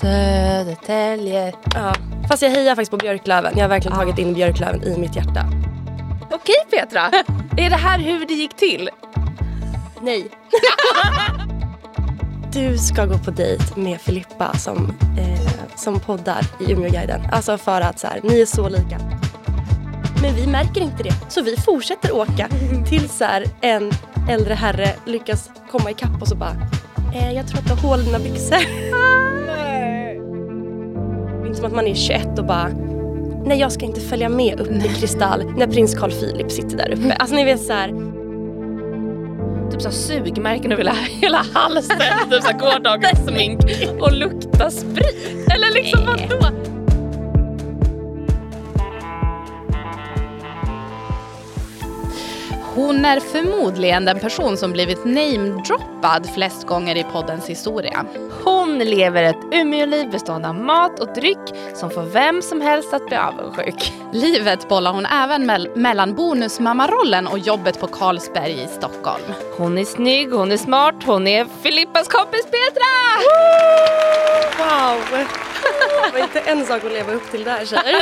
Södertälje. Ja, fast jag hejar faktiskt på Björklöven. Jag har verkligen tagit in Björklöven i mitt hjärta. Okej, Petra. Är det här hur det gick till? Nej. Du ska gå på dejt med Filippa som poddar i Umeåguiden. Alltså för att så här, ni är så lika. Men vi märker inte det. Så vi fortsätter åka till så här, en äldre herre lyckas komma ikapp och så bara jag tror att du har hål i dina byxor. Det är inte som att man är 21 och bara nej, jag ska inte följa med upp i Kristall när prins Carl Philip sitter där uppe. Alltså ni vet så här. Typ så sugmärken över hela halsen. Typ så gårdagens smink och lukta sprit. Eller liksom vadå? Hon är förmodligen den person som blivit namedroppad flest gånger i poddens historia. Hon lever ett Umeåliv bestående av mat och dryck som får vem som helst att bli avundsjuk. Livet bollar hon även mellan bonusmammarollen och jobbet på Carlsberg i Stockholm. Hon är snygg, hon är smart, hon är Filippas kompis Petra! Wow! Det var inte en sak att leva upp till där, tjejer.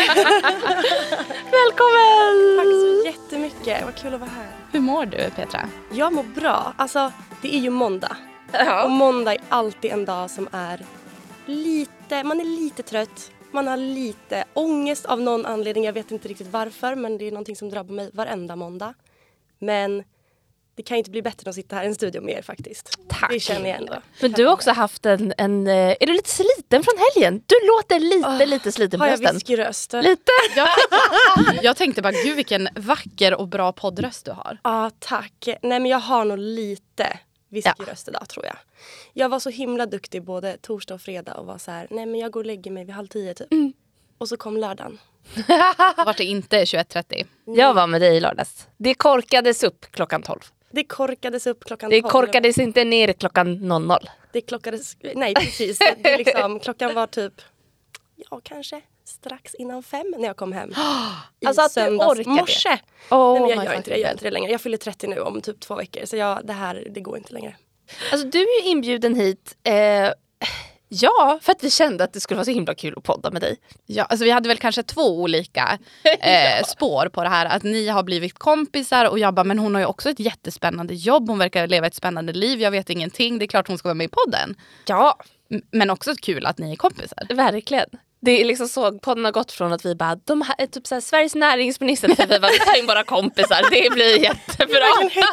Välkommen! Tack så jättemycket, vad kul att vara här. Hur mår du, Petra? Jag mår bra, alltså det är ju måndag. Ja. Och måndag är alltid en dag som är man är lite trött. Man har lite ångest av någon anledning, jag vet inte riktigt varför. Men det är någonting som drabbar mig varenda måndag. Men det kan inte bli bättre än att sitta här i en studio med er faktiskt. Tack. Det känner jag ändå. Men du har också haft en är du lite sliten från helgen? Du låter lite sliten på Har jag rösten. viskröst? Lite? Jag tänkte bara, gud vilken vacker och bra poddröst du har. Ja, tack. Nej, men jag har nog lite viskröst idag, tror jag. Jag var så himla duktig både torsdag och fredag och var så här, nej men jag går och lägger mig vid 9:30 typ. Och så kom lördagen. Vart det inte 21:30? Jag var med dig i lördags. Det korkades upp klockan 12. Det korkades upp klockan 12. Det korkades inte ner klockan 00. Det klockades, nej precis. Det liksom, klockan var typ, kanske strax innan 5 när jag kom hem. Alltså att du orkar morse. det. Nej, men jag gör inte det längre. Jag fyller 30 nu om typ 2 veckor. Så det går inte längre. Alltså du är ju inbjuden hit. Ja, för att vi kände att det skulle vara så himla kul att podda med dig. Ja, alltså vi hade väl kanske 2 olika spår på det här. Att ni har blivit kompisar och jag bara, men hon har ju också ett jättespännande jobb. Hon verkar leva ett spännande liv. Jag vet ingenting. Det är klart hon ska vara med i podden. Ja. Men också kul att ni är kompisar. Verkligen. Det är liksom så, podden har gått från att vi bara, de här är typ så här, Sveriges näringsminister, till vi bara, ta in våra kompisar, det blir jättebra.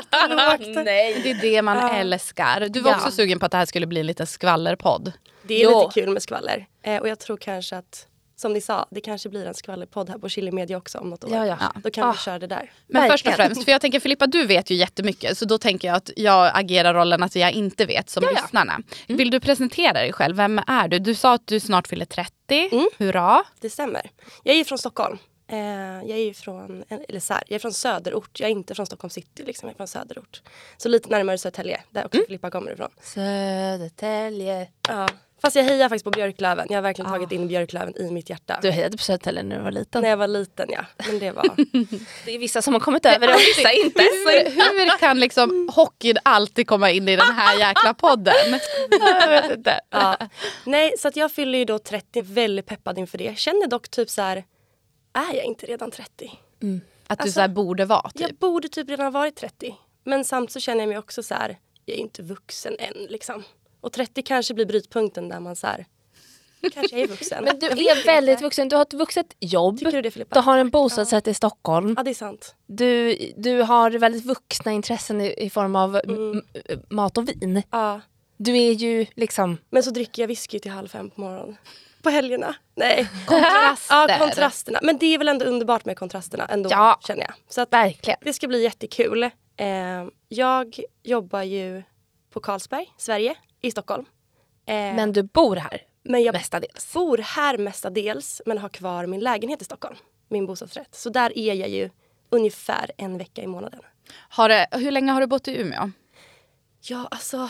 Nej, det är det man älskar. Du var också sugen på att det här skulle bli en liten skvallerpodd. Det är lite kul med skvaller. Och jag tror kanske att, som ni sa, det kanske blir en skvallerpodd här på Chili Media också om något år. Ja. Då kan vi köra det där. Men först och främst, för jag tänker Filippa, du vet ju jättemycket. Så då tänker jag att jag agerar rollen att jag inte vet som lyssnarna. Vill du presentera dig själv? Vem är du? Du sa att du snart fyller 30. Hurra! Det stämmer. Jag är från Stockholm. Jag är från söderort. Jag är inte från Stockholm city liksom. Jag är från söderort. Så lite närmare Södertälje, där också Filippa kommer ifrån. Södertälje. Ja. Fast jag hejar faktiskt på Björklöven. Jag har verkligen tagit in Björklöven i mitt hjärta. Du hejade på Södertälje när du var liten. När jag var liten, ja. Men det var... Det är vissa som har kommit över det och vissa inte. Hur kan liksom hockeyn alltid komma in i den här jäkla podden? Jag vet inte. Ja. Nej, så att jag fyller ju då 30. Väldigt peppad inför det. Jag känner dock typ så här, är jag inte redan 30? Att du så här borde vara typ. Jag borde typ redan varit 30. Men samt så känner jag mig också så här, jag är inte vuxen än liksom. Och 30 kanske blir brytpunkten där man så här, kanske jag är vuxen. Men du är väldigt vuxen. Du har ett vuxet jobb. Tycker du det, Filippa? Du har en bostadsrätt i Stockholm. Ja, det är sant. Du har väldigt vuxna intressen i form av mat och vin. Ja. Du är ju liksom... Men så dricker jag whisky till 4:30 på morgonen. På helgerna. Nej. Kontraster. Ja, kontrasterna. Men det är väl ändå underbart med kontrasterna ändå, känner jag. Så att Verkligen. det ska bli jättekul. Jag jobbar ju på Carlsberg, Sverige, i Stockholm. Men du bor här mestadels. Bor här mestadels, men har kvar min lägenhet i Stockholm. Min bostadsrätt. Så där är jag ju ungefär 1 vecka i månaden. Hur länge har du bott i Umeå? Ja, alltså...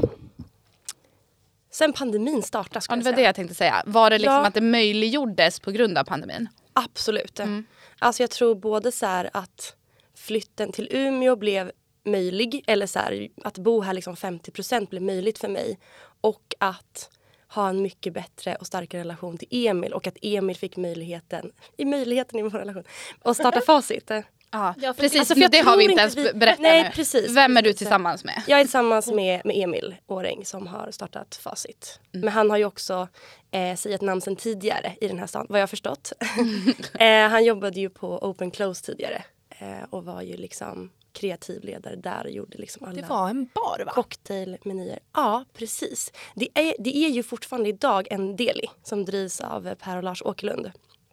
Sen pandemin startade, skulle Det jag var säga. det jag tänkte säga. Var det liksom att det möjliggjordes på grund av pandemin? Absolut. Alltså jag tror både så här att flytten till Umeå blev möjlig. Eller så här, att bo här liksom 50% blev möjligt för mig. Och att ha en mycket bättre och starkare relation till Emil. Och att Emil fick möjligheten i vår relation att starta Facit. Ja, precis. Alltså, för det har vi inte ens berättat nu. Precis. Vem är du tillsammans med? Jag är tillsammans med Emil Åring som har startat Facit. Men han har ju också sägat namn sedan tidigare i den här stan, vad jag har förstått. Han jobbade ju på Open Close tidigare och var ju liksom kreativledare där och gjorde liksom alla... Det var en bar, va? Cocktailmenyer. Ja, precis. Det är ju fortfarande idag en deli som drivs av Per och Lars Åkerlund.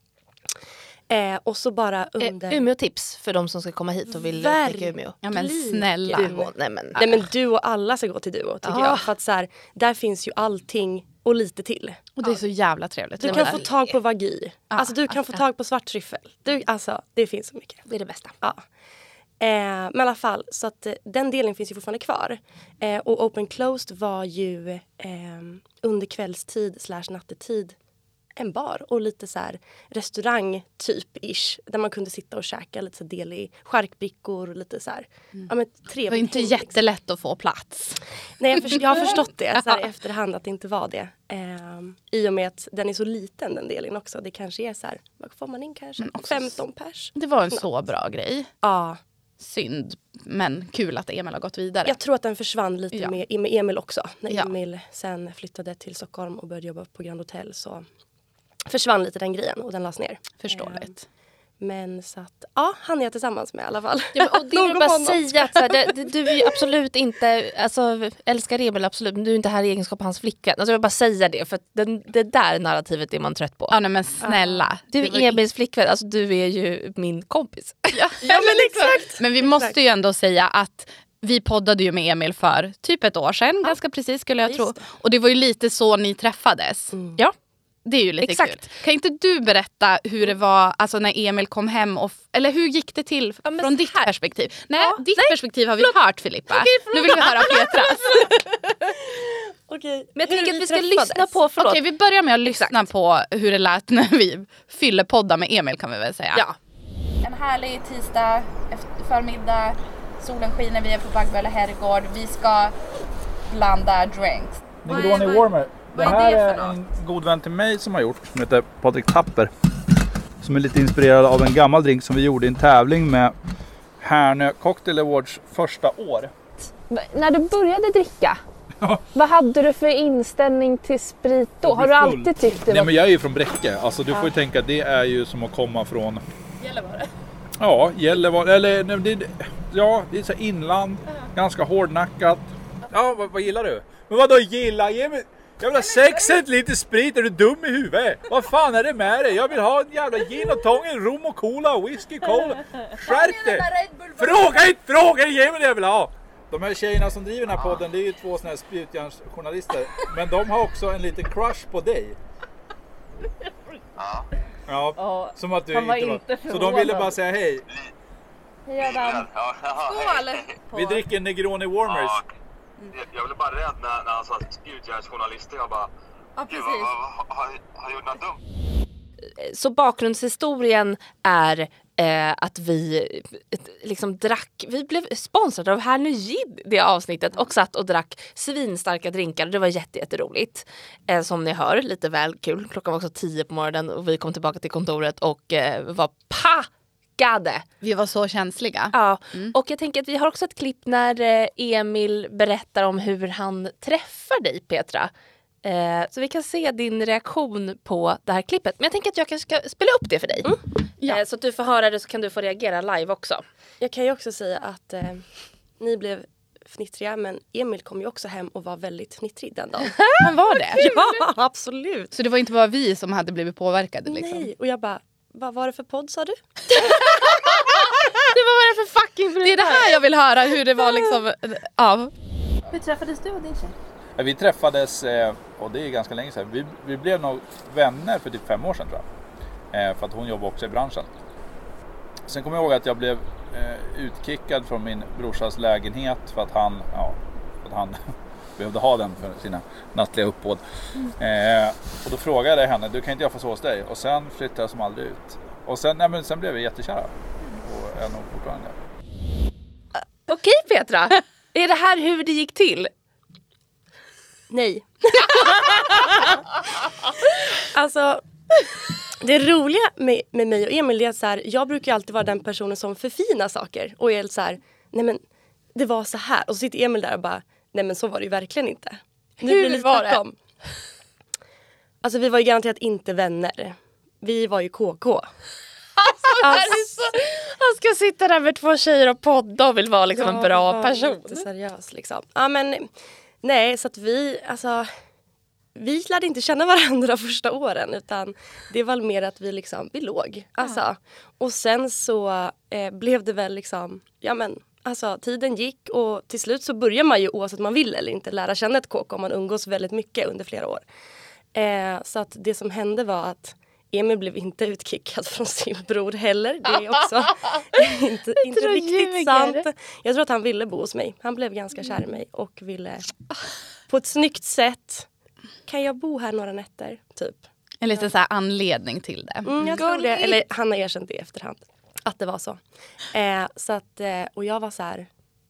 Och så bara under... Umeå-tips för de som ska komma hit och vill upptäcka Umeå. Ja, men snälla. Duo. Nej, men du och alla ska gå till Duo, tycker jag. För att så här, där finns ju allting och lite till. Och det är så jävla trevligt. Du kan få tag på Wagyu. Alltså du kan få tag på svart tryffel. Alltså det finns så mycket. Det är det bästa. Ja. Men i alla fall, så att den delen finns ju fortfarande kvar. Och Open Closed var ju under kvällstid / nattetid en bar och lite så här restaurang typ-ish. Där man kunde sitta och käka lite så del i charkbrickor och lite så här. Ja, men trevligt. Det var inte jättelätt att få plats. Nej, jag har förstått det så här, i efterhand att det inte var det. I och med att den är så liten, den delen också. Det kanske är så här, vad får man in kanske? 15 pers. Det var en så bra grej. Ja. Synd, men kul att Emil har gått vidare. Jag tror att den försvann lite med Emil också. När Ja. Emil sen flyttade till Stockholm och började jobba på Grand Hotel så försvann lite den grejen och den lades ner. Förståeligt. Men så att, ja, han är jag tillsammans med i alla fall. Ja, och det vill bara säga att så här, du är ju absolut inte, alltså älskar Emil absolut, men du är inte här i egenskap av hans flicka. Alltså jag vill bara säga det, för att det där narrativet är man trött på. Ja, nej, men snälla. Du är Emils flickvän, alltså du är ju min kompis. Ja, men exakt. Men vi måste ju ändå säga att vi poddade ju med Emil för typ ett år sedan, ganska precis skulle jag tro. Och det var ju lite så ni träffades. Ja. Det är ju lite kul. Kan inte du berätta hur det var alltså när Emil kom hem eller hur gick det till från ditt perspektiv? Nej, ditt perspektiv har vi hört, Filippa. Nu vill vi höra Petras. Okej, men jag tänker att vi ska lyssna på, Okej, vi börjar med att lyssna på hur det lät när vi fyller podda med Emil, kan vi väl säga. Ja. En härlig tisdag förmiddag. Solen skiner, vi är på Baggböle herrgård. Vi ska blanda drinks. Negroni Warmer. Det här är en god vän till mig som har gjort, som heter Patrik Tapper. Som är lite inspirerad av en gammal drink som vi gjorde i en tävling med Härnö Cocktail Awards första år. När du började dricka, vad hade du för inställning till sprit då? Har du alltid tyckt det? Nej, men jag är ju från Bräcke. Alltså du får ju tänka att det är ju som att komma från Gällivare. Ja, Gällivare. Eller det är så inland, ganska hårdnackat. Ja, vad gillar du? Men vad då gillar? Ge mig... Jag vill ha 6 centiliter sprit, är du dum i huvudet? Vad fan är det med dig? Jag vill ha en jävla gin och tång, en rom och cola, whisky, cola. Skärp dig! Fråga, ge mig det jag vill ha! De här tjejerna som driver den här podden, det är ju 2 såna här spjutjärnsjournalister. Men de har också en liten crush på dig. Ja, som att du inte var. Så de ville bara säga hej. Hej Adam. Skål! Vi dricker Negroni Warmers. Jag blev bara rädd när han sa spjutjärnsjournalister. Jag bara, gud, har gjort något dumt? Så bakgrundshistorien är att vi liksom vi blev sponsrade av Härnö Gin det avsnittet och satt och drack svinstarka drinkar. Det var jätteroligt. Som ni hör, lite väl kul. Klockan var också 10 på morgonen och vi kom tillbaka till kontoret och var packade. Vi var så känsliga. Ja, och jag tänker att vi har också ett klipp när Emil berättar om hur han träffar dig, Petra. Så vi kan se din reaktion på det här klippet. Men jag tänker att jag kanske ska spela upp det för dig. Så att du får höra det, så kan du få reagera live också. Jag kan ju också säga att ni blev fnittriga, men Emil kom ju också hem och var väldigt fnittrig den dagen. Han var det? Ja, absolut. Så det var inte bara vi som hade blivit påverkade liksom? Nej, och jag bara, vad var det för podd sa du? Det var det för fucking bryt. Det är det här jag vill höra, hur det var liksom. Ja. Hur träffades du och din tjej? Vi träffades, och det är ganska länge sedan. Vi blev nog vänner för typ 5 år sedan tror jag. För att hon jobbar också i branschen. Sen kommer jag ihåg att jag blev utkickad från min brorsas lägenhet för att han behövde ha den för sina nattliga uppbåd. Och då frågade jag henne, du kan inte jag få så hos dig? Och sen flyttade jag som aldrig ut. Och sen blev vi jättekära. Och är nog fortfarande. Okej, Petra. Är det här hur det gick till? Nej. Alltså, det roliga med mig och Emil är att så här, jag brukar alltid vara den personen som förfinar saker. Och är så här, nej men det var så här. Och så sitter Emil där och bara, nej men så var det ju verkligen inte. Nu blir det var det? om. Alltså vi var ju garanterat inte vänner. Vi var ju KK. Han ska sitta där med 2 tjejer och podda och vill vara liksom en bra person. Lite seriös liksom. Ja men nej, så att vi lärde inte känna varandra första åren, utan det var mer att vi låg. Alltså. Och sen så blev det väl liksom, ja men alltså tiden gick och till slut så börjar man ju, oavsett om man vill eller inte, lära känna ett KK om man umgås väldigt mycket under flera år. Så att det som hände var att Emil blev inte utkickad från sin bror heller. Det är också inte riktigt sant. Jag tror att han ville bo hos mig. Han blev ganska kär i mig och ville på ett snyggt sätt, kan jag bo här några nätter typ. En liten så här anledning till det. Jag tror det. Eller han har erkänt det i efterhand. Att det var så. Så att, och jag var så här,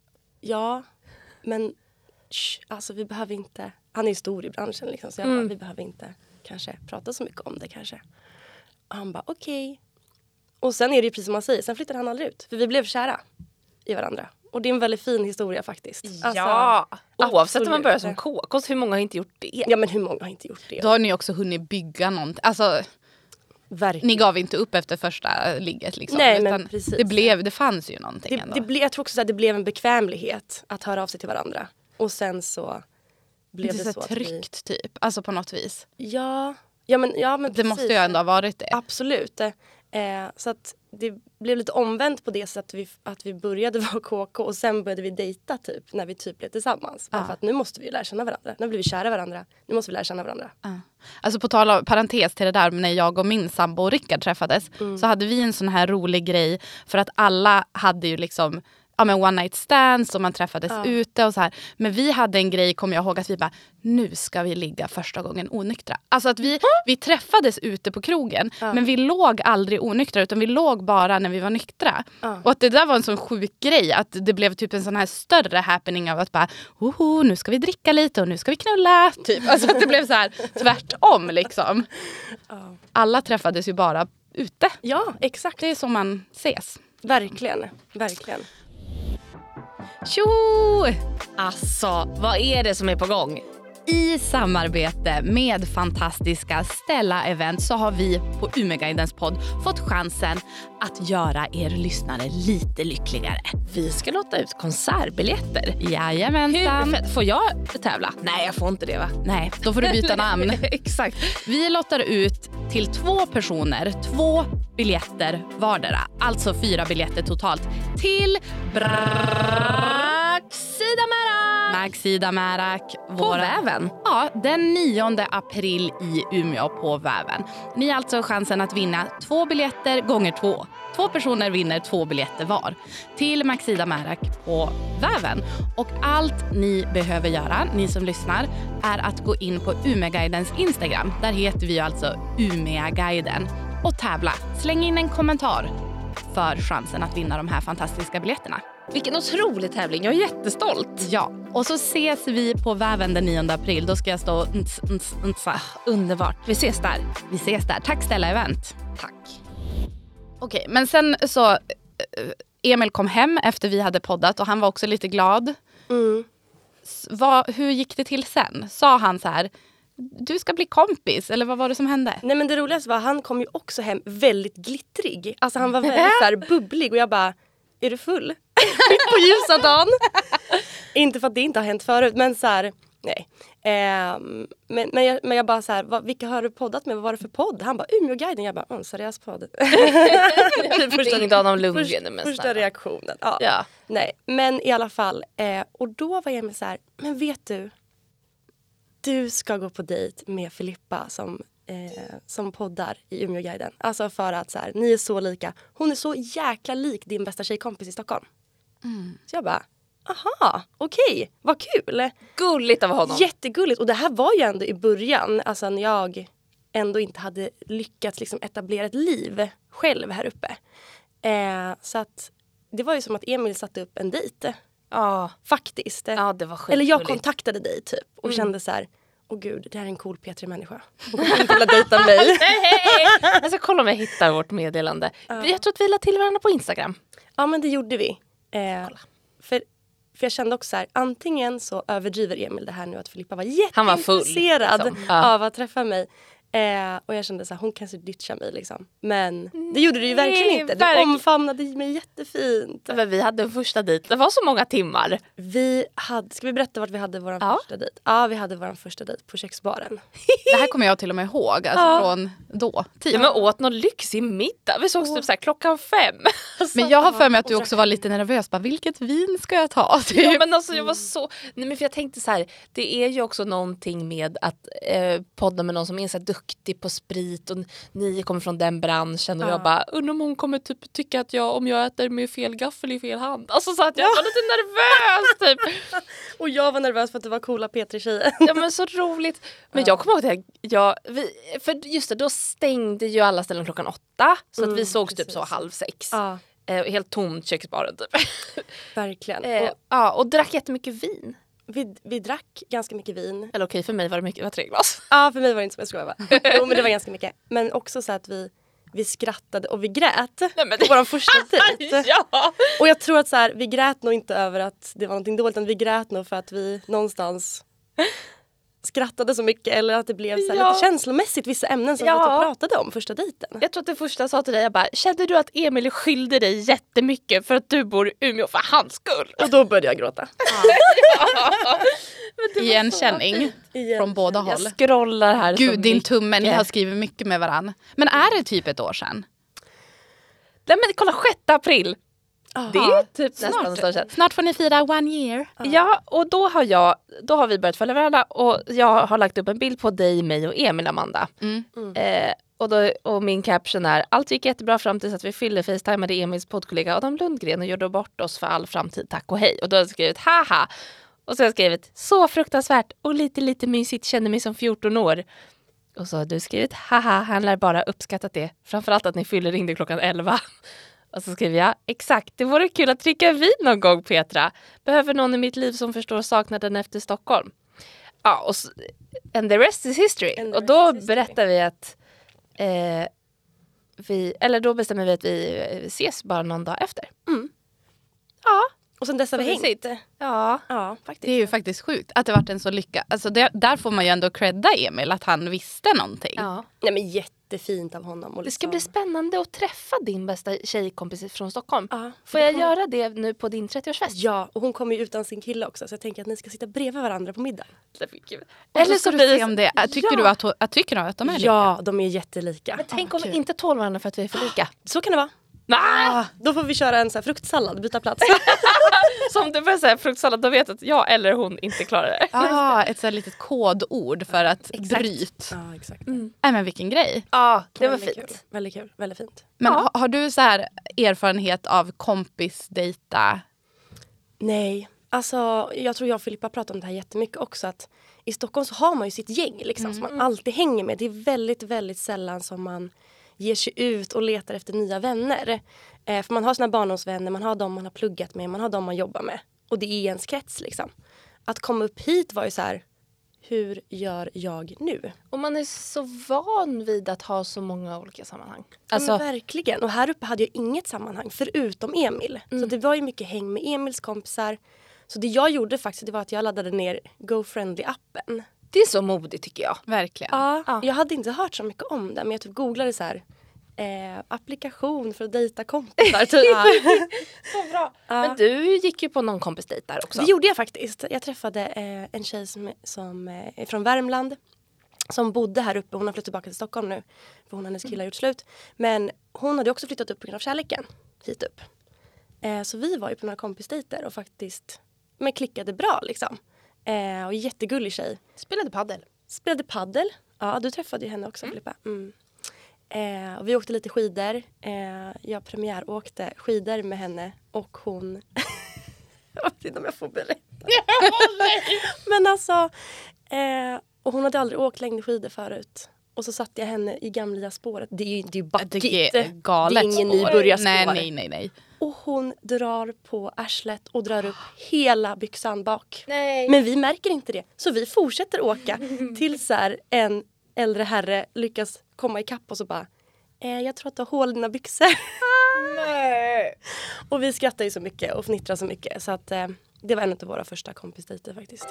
ja, men alltså vi behöver inte. Han är ju stor i branschen liksom. Så jag bara, vi behöver inte kanske prata så mycket om det kanske. Och han bara, okej. Och sen är det ju precis som man säger. Sen flyttade han aldrig ut. För vi blev kära i varandra. Och det är en väldigt fin historia faktiskt. Alltså, ja, oavsett absolut. om man börjar som KK, hur många har inte gjort det? Ja, men hur många har inte gjort det? Då har ni också hunnit bygga någonting. Alltså, verkligen. Ni gav inte upp efter första ligget liksom. Nej, utan men precis. det fanns ju någonting ändå. Jag tror också att det blev en bekvämlighet att höra av sig till varandra. Och sen så blev det så att tryggt typ, alltså på något vis. Ja men det precis. måste ju ändå ha varit det. Absolut. Så att det blev lite omvänt på det sättet att vi började vara KK och sen började vi dejta typ när vi typ blev tillsammans. För att nu måste vi lära känna varandra. Nu blir vi kära varandra. Nu måste vi lära känna varandra. Alltså på tal av parentes till det där, när jag och min sambo Rickard träffades så hade vi en sån här rolig grej för att alla hade ju liksom one night stands och man träffades ute och så här. Men vi hade en grej, kommer jag ihåg, att vi bara, nu ska vi ligga första gången onyktra. Alltså att vi träffades ute på krogen, men vi låg aldrig onyktra, utan vi låg bara när vi var nyktra. Och att det där var en sån sjuk grej, att det blev typ en sån här större happening av att bara, nu ska vi dricka lite och nu ska vi knulla. Typ. Alltså att det blev så här tvärtom liksom. Alla träffades ju bara ute. Ja, exakt. Det är så man ses. Verkligen. Tjo! Alltså, vad är det som är på gång? I samarbete med fantastiska Stella Event så har vi på Umeåguidens podd fått chansen att göra er lyssnare lite lyckligare. Vi ska låta ut konsertbiljetter. Jajamensan. Får jag tävla? Nej, jag får inte det va? Nej, då får du byta namn. Exakt. Vi lottar ut till 2 personer 2 biljetter vardera. Alltså 4 biljetter totalt till Maxida Märak. På Väven? Ja, den 9 april i Umeå på Väven. Ni har alltså chansen att vinna 2 biljetter gånger 2. 2 personer vinner 2 biljetter var till Maxida Märak på Väven. Och allt ni behöver göra, ni som lyssnar, är att gå in på Umeåguidens Instagram. Där heter vi alltså Umeåguiden. Och tävla. Släng in en kommentar för chansen att vinna de här fantastiska biljetterna. Vilken otrolig tävling, jag är jättestolt. Ja, och så ses vi på Väven den 9 april. Då ska jag stå underbart, vi ses där. Vi ses där, tack Stella Event. Tack. Okej, men sen så Emil kom hem efter vi hade poddat och han var också lite glad. Hur gick det till sen? Sa han så här, du ska bli kompis, eller vad var det som hände? Nej, men det roligaste var, han kom ju också hem väldigt glittrig. Alltså han var väldigt så här bubblig och jag bara, är du full? Mitt på ljusa dagen. Inte för att det inte har hänt förut, men så här, nej. Men jag bara så här, vilka har du poddat med? Vad var det för podd? Han bara, Umeåguiden. Jag bara, en seriös podd. Första reaktionen. Ja. Nej, men i alla fall. Och då var jag med så här, men vet du? Du ska gå på dejt med Filippa som poddar i Umeåguiden. Alltså för att så här, ni är så lika. Hon är så jäkla lik din bästa tjejkompis i Stockholm. Så jag bara, aha, okej, vad kul. Gulligt av honom. Jättegulligt. Och det här var ju ändå i början, alltså när jag ändå inte hade lyckats liksom etablera ett liv själv här uppe. Så att det var ju som att Emil satte upp en dejt Faktiskt. Ja, det var skitgulligt. Eller jag kontaktade dig typ och kände så här, åh gud, det här är en cool P3-människa. Hon kommer inte vilja dejta mig. Jag ska kolla om jag hittar vårt meddelande. Jag tror att vi la till varandra på Instagram. Ja, men det gjorde vi. För jag kände också så här, antingen så överdriver Emil det här nu att Filippa var jätteintresserad liksom. av att träffa mig. Och jag kände så här, hon kanske ditchar mig liksom. Men det gjorde du ju verkligen inte. Du omfamnade mig jättefint. Men vi hade en första dejt. Det var så många timmar. Ska vi berätta vart vi hade vår första dejt? Ja, vi hade vår första dejt på köksbaren. Det här kommer jag till och med ihåg. Alltså från då. Ja, men åt någon lyxig middag. Vi sågs typ så här 5:00. Men jag har för mig att du också var lite nervös. Bara, vilket vin ska jag ta? Typ. Ja, men alltså jag var så... Nej, men för jag tänkte så här. Det är ju också någonting med att podda med någon som är så här duktig på sprit och ni kommer från den branschen och jag bara, undrar om hon kommer typ tycka att om jag äter med fel gaffel i fel hand. Alltså så att jag var lite nervös typ. Och jag var nervös för att det var coola P3-tjejer. Ja, men så roligt. Men jag kommer ihåg det. För just det, då stängde ju alla ställen 8:00. Så att vi sågs typ så 5:30. Helt tomt köksbaren typ. Verkligen. Och drack jättemycket vin. Vi drack ganska mycket vin. Eller okej, för mig var det mycket, det var 3 glas. Ja, för mig var det inte som jag skojar va? Jo, men det var ganska mycket. Men också så att vi skrattade och vi grät på vår första dejt. Ja. Och jag tror att så här, vi grät nog inte över att det var någonting dåligt, utan vi grät nog för att vi någonstans skrattade så mycket, eller att det blev så här, lite känslomässigt vissa ämnen som vi pratade om första dejten. Jag tror att det första jag sa till dig, jag bara, kände du att Emil skyllde dig jättemycket för att du bor i Umeå för hans skull? Och då började jag gråta. Igenkänning från båda håll. Jag scrollar här. Gud, din tumme, ni har skrivit mycket med varann. Men är det typ ett år sedan? Nej, men kolla, 6 april. Det är typ nästan så sedan. Snart får ni fira 1 year. Ja, och då har vi börjat följa varandra och jag har lagt upp en bild på dig, mig och Emil, Amanda. Och min caption är: allt gick jättebra fram tills att vi fyllde facetimade Emils poddkollega Adam Lundgren och gjorde bort oss för all framtid, tack och hej. Och då har jag skrivit haha. Och så har jag skrivit så fruktansvärt och lite mysigt, känner mig som 14 år. Och så har du skrivit haha, han lär bara uppskattat det. Framförallt att ni ringde 11:00. Och så skriver jag, exakt, det vore kul att dricka vin någon gång, Petra. Behöver någon i mitt liv som förstår saknaden efter Stockholm. Ja, och and the rest is history. Och då berättar vi att då bestämmer vi att vi ses bara någon dag efter. Ja. Och sen dess har vi hängt. Ja, faktiskt. Det är ju faktiskt sjukt att det varit en så lycka. Alltså där får man ju ändå credda Emil att han visste någonting. Ja. Nej, men jättefint av honom. Och det ska bli spännande att träffa din bästa tjejkompis från Stockholm. Ja, får jag göra det nu på din 30-årsfest? Ja, och hon kommer ju utan sin kille också. Så jag tänker att ni ska sitta bredvid varandra på middag. Eller så blir det om det. Tycker du att de är lika? Ja, de är jättelika. Men tänk om vi inte tål varandra för att vi är för lika. Så kan det vara. Då får vi köra en så här fruktsallad, byta plats. Som du börjar säga fruktsallad, då vet att jag eller hon inte klarar det. Ett så här litet kodord för att bryt. Ja, exakt. Men vilken grej. Ja, det var väldigt fint. Kul. Väldigt kul, väldigt fint. Men har du så här erfarenhet av kompisdejta? Nej, alltså jag tror jag och Filippa pratar om det här jättemycket också, att i Stockholm så har man ju sitt gäng liksom, som man alltid hänger med. Det är väldigt, väldigt sällan som man ger sig ut och letar efter nya vänner. För man har sina barndomsvänner, man har dem man har pluggat med, man har dem man jobbar med. Och det är ens krets liksom. Att komma upp hit var ju så här, hur gör jag nu? Och man är så van vid att ha så många olika sammanhang. Alltså, verkligen. Och här uppe hade jag inget sammanhang förutom Emil. Så det var ju mycket häng med Emils kompisar. Så det jag gjorde faktiskt, det var att jag laddade ner GoFriendly-appen. Det är så modigt tycker jag. Verkligen. Ja. Jag hade inte hört så mycket om det, men jag typ googlade så här applikation för att dejta kompisar. Så bra. Men du gick ju på någon kompisdejt där också. Det gjorde jag faktiskt. Jag träffade en tjej som är från Värmland. Som bodde här uppe. Hon har flyttat tillbaka till Stockholm nu. För hon och hennes killar har gjort slut. Men hon hade också flyttat upp på grund av kärleken. Hit upp. Så vi var ju på några kompisdejter och faktiskt klickade bra liksom. Och jättegullig tjej. Spelade paddel. Ja, du träffade ju henne också, Filippa. Och vi åkte lite skidor. Jag premiäråkte skidor med henne. Och hon... jag vet inte om jag får berätta. Men alltså... och hon hade aldrig åkt längdskidor förut. Och så satte jag henne i gamla spåret. Det är ju backigt. Det är galet. Det är ingen nybörjarspår. Nej. Och hon drar på arslet och drar upp hela byxan bak. Nej. Men vi märker inte det. Så vi fortsätter åka tills så här en äldre herre lyckas komma ikapp och så bara jag tror att du har hål i dina byxor. Nej. Och vi skrattar ju så mycket och fnittrar så mycket. Så att det var en av våra första kompisdejter faktiskt.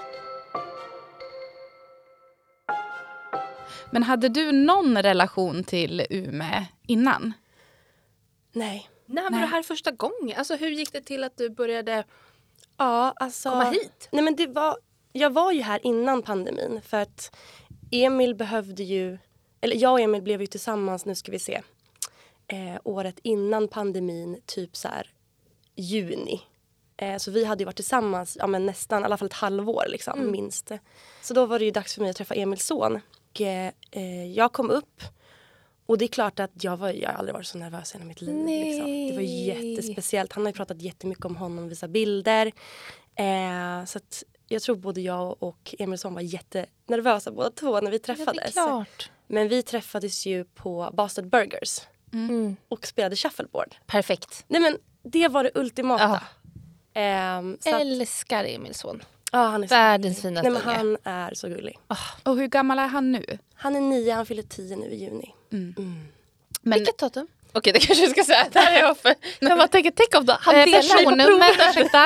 Men hade du någon relation till Umeå innan? Nej. När var det här första gången? Alltså hur gick det till att du började komma hit? Nej men jag var ju här innan pandemin för att Emil behövde ju, eller jag och Emil blev ju tillsammans, nu ska vi se, året innan pandemin, typ så här juni. Så vi hade ju varit tillsammans nästan i alla fall ett halvår liksom, minst. Så då var det ju dags för mig att träffa Emils son. Och, jag kom upp och det är klart att jag har aldrig varit så nervös i mitt liv. Liksom. Det var jättespeciellt. Han har ju pratat jättemycket om honom och visat bilder. Så att jag tror både jag och Emils son var jättenervösa båda två när vi träffades. Ja, det är klart. Men vi träffades ju på Bastard Burgers och spelade shuffleboard. Perfekt. Nej men det var det ultimata. Älskar Emils son. Ja, han är världens finaste unge. unge. Han är så gullig. Och hur gammal är han nu? Han är 9, han fyller 10 nu i juni. Men, vilket datum? Okej, det kanske vi ska säga. Där är jag för. Jag bara tänker, tänk om då. Han personnummer, ursäkta.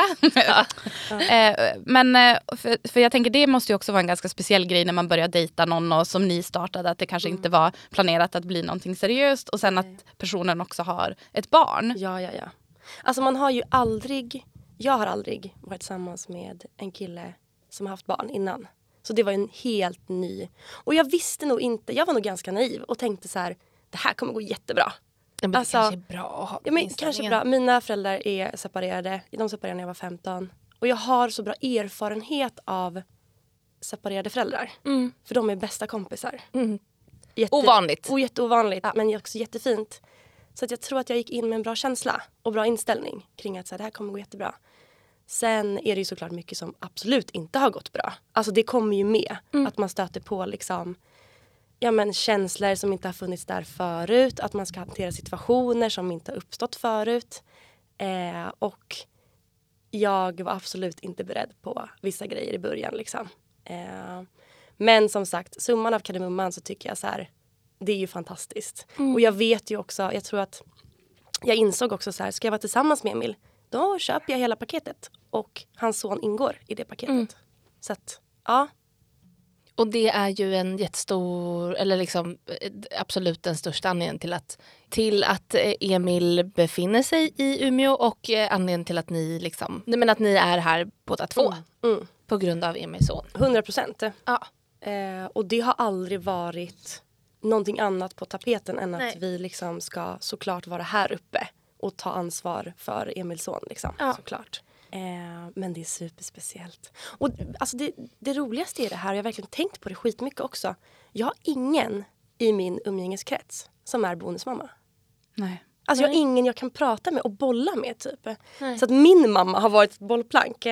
Men för jag tänker det måste ju också vara en ganska speciell grej när man börjar dejta någon och som ni startade, att det kanske inte var planerat att bli någonting seriöst och sen att personen också har ett barn. Ja. Alltså man har ju jag har aldrig varit tillsammans med en kille som har haft barn innan. Så det var en helt ny. Och jag visste nog inte, jag var nog ganska naiv och tänkte så här, det här kommer gå jättebra. Ja, men alltså, det kanske är bra att ha den kanske bra. Mina föräldrar är separerade. De separerade när jag var 15. Och jag har så bra erfarenhet av separerade föräldrar. För de är bästa kompisar. Ovanligt. Och jätteovanligt, men också jättefint. Så att jag tror att jag gick in med en bra känsla och bra inställning kring att så här, det här kommer gå jättebra. Sen är det ju såklart mycket som absolut inte har gått bra. Alltså det kommer ju med. Att man stöter på liksom, känslor som inte har funnits där förut. Att man ska hantera situationer som inte har uppstått förut. Och jag var absolut inte beredd på vissa grejer i början. Liksom. Men som sagt, summan av kardemumman så tycker jag så här, det är ju fantastiskt. Och jag vet ju också, jag tror att jag insåg också så här, ska jag vara tillsammans med Emil, då köper jag hela paketet. Och hans son ingår i det paketet. Så att, ja. Och det är ju en jättestor, eller liksom absolut den största anledningen till att Emil befinner sig i Umeå och anledningen till att ni liksom, men att ni är här båda två. På grund av Emils son. 100%. Ja. Och det har aldrig varit någonting annat på tapeten än att vi liksom ska såklart vara här uppe och ta ansvar för Emils son liksom, såklart. Men det är superspeciellt. Och alltså det roligaste är det här, jag har verkligen tänkt på det skitmycket också. Jag har ingen i min umgängeskrets som är bonusmamma. Nej. Alltså jag har ingen jag kan prata med och bolla med typ. Nej. Så att min mamma har varit ett bollplank.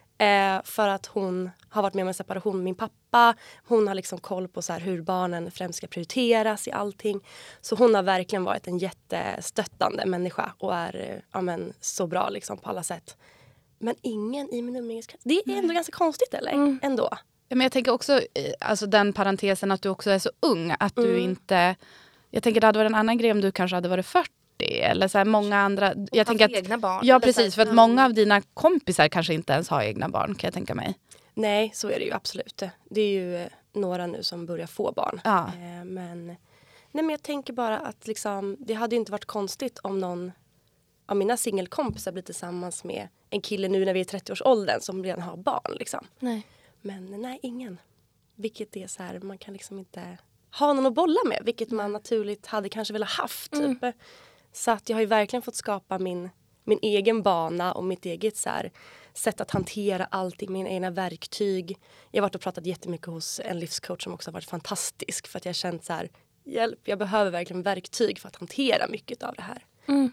För att hon har varit med om en separation med min pappa. Hon har liksom koll på så här hur barnen främst ska prioriteras i allting. Så hon har verkligen varit en jättestöttande människa. Och är så bra liksom på alla sätt. Men ingen i min umgängeskrets. Det är ändå ganska konstigt eller? Ändå. Men jag tänker också, alltså den parentesen att du också är så ung. Att du inte, jag tänker det hade varit en annan grej om du kanske hade varit 40. Eller så här många andra. Jag tänker att, egna barn. Ja precis, för att många av dina kompisar kanske inte ens har egna barn, kan jag tänka mig. Nej, så är det ju absolut. Det är ju några nu som börjar få barn. Ja. Men jag tänker bara att liksom, det hade ju inte varit konstigt om någon av mina singelkompisar blir tillsammans med en kille nu när vi är 30-årsåldern som redan har barn. Liksom. Nej. Men nej, ingen. Vilket är så här, man kan liksom inte ha någon att bolla med. Vilket man naturligt hade kanske velat haft. Typ. Så att jag har ju verkligen fått skapa min egen bana och mitt eget så här, sätt att hantera allting, mina egna verktyg. Jag har varit och pratat jättemycket hos en livscoach som också har varit fantastisk. För att jag har känt så här, hjälp, jag behöver verkligen verktyg för att hantera mycket av det här.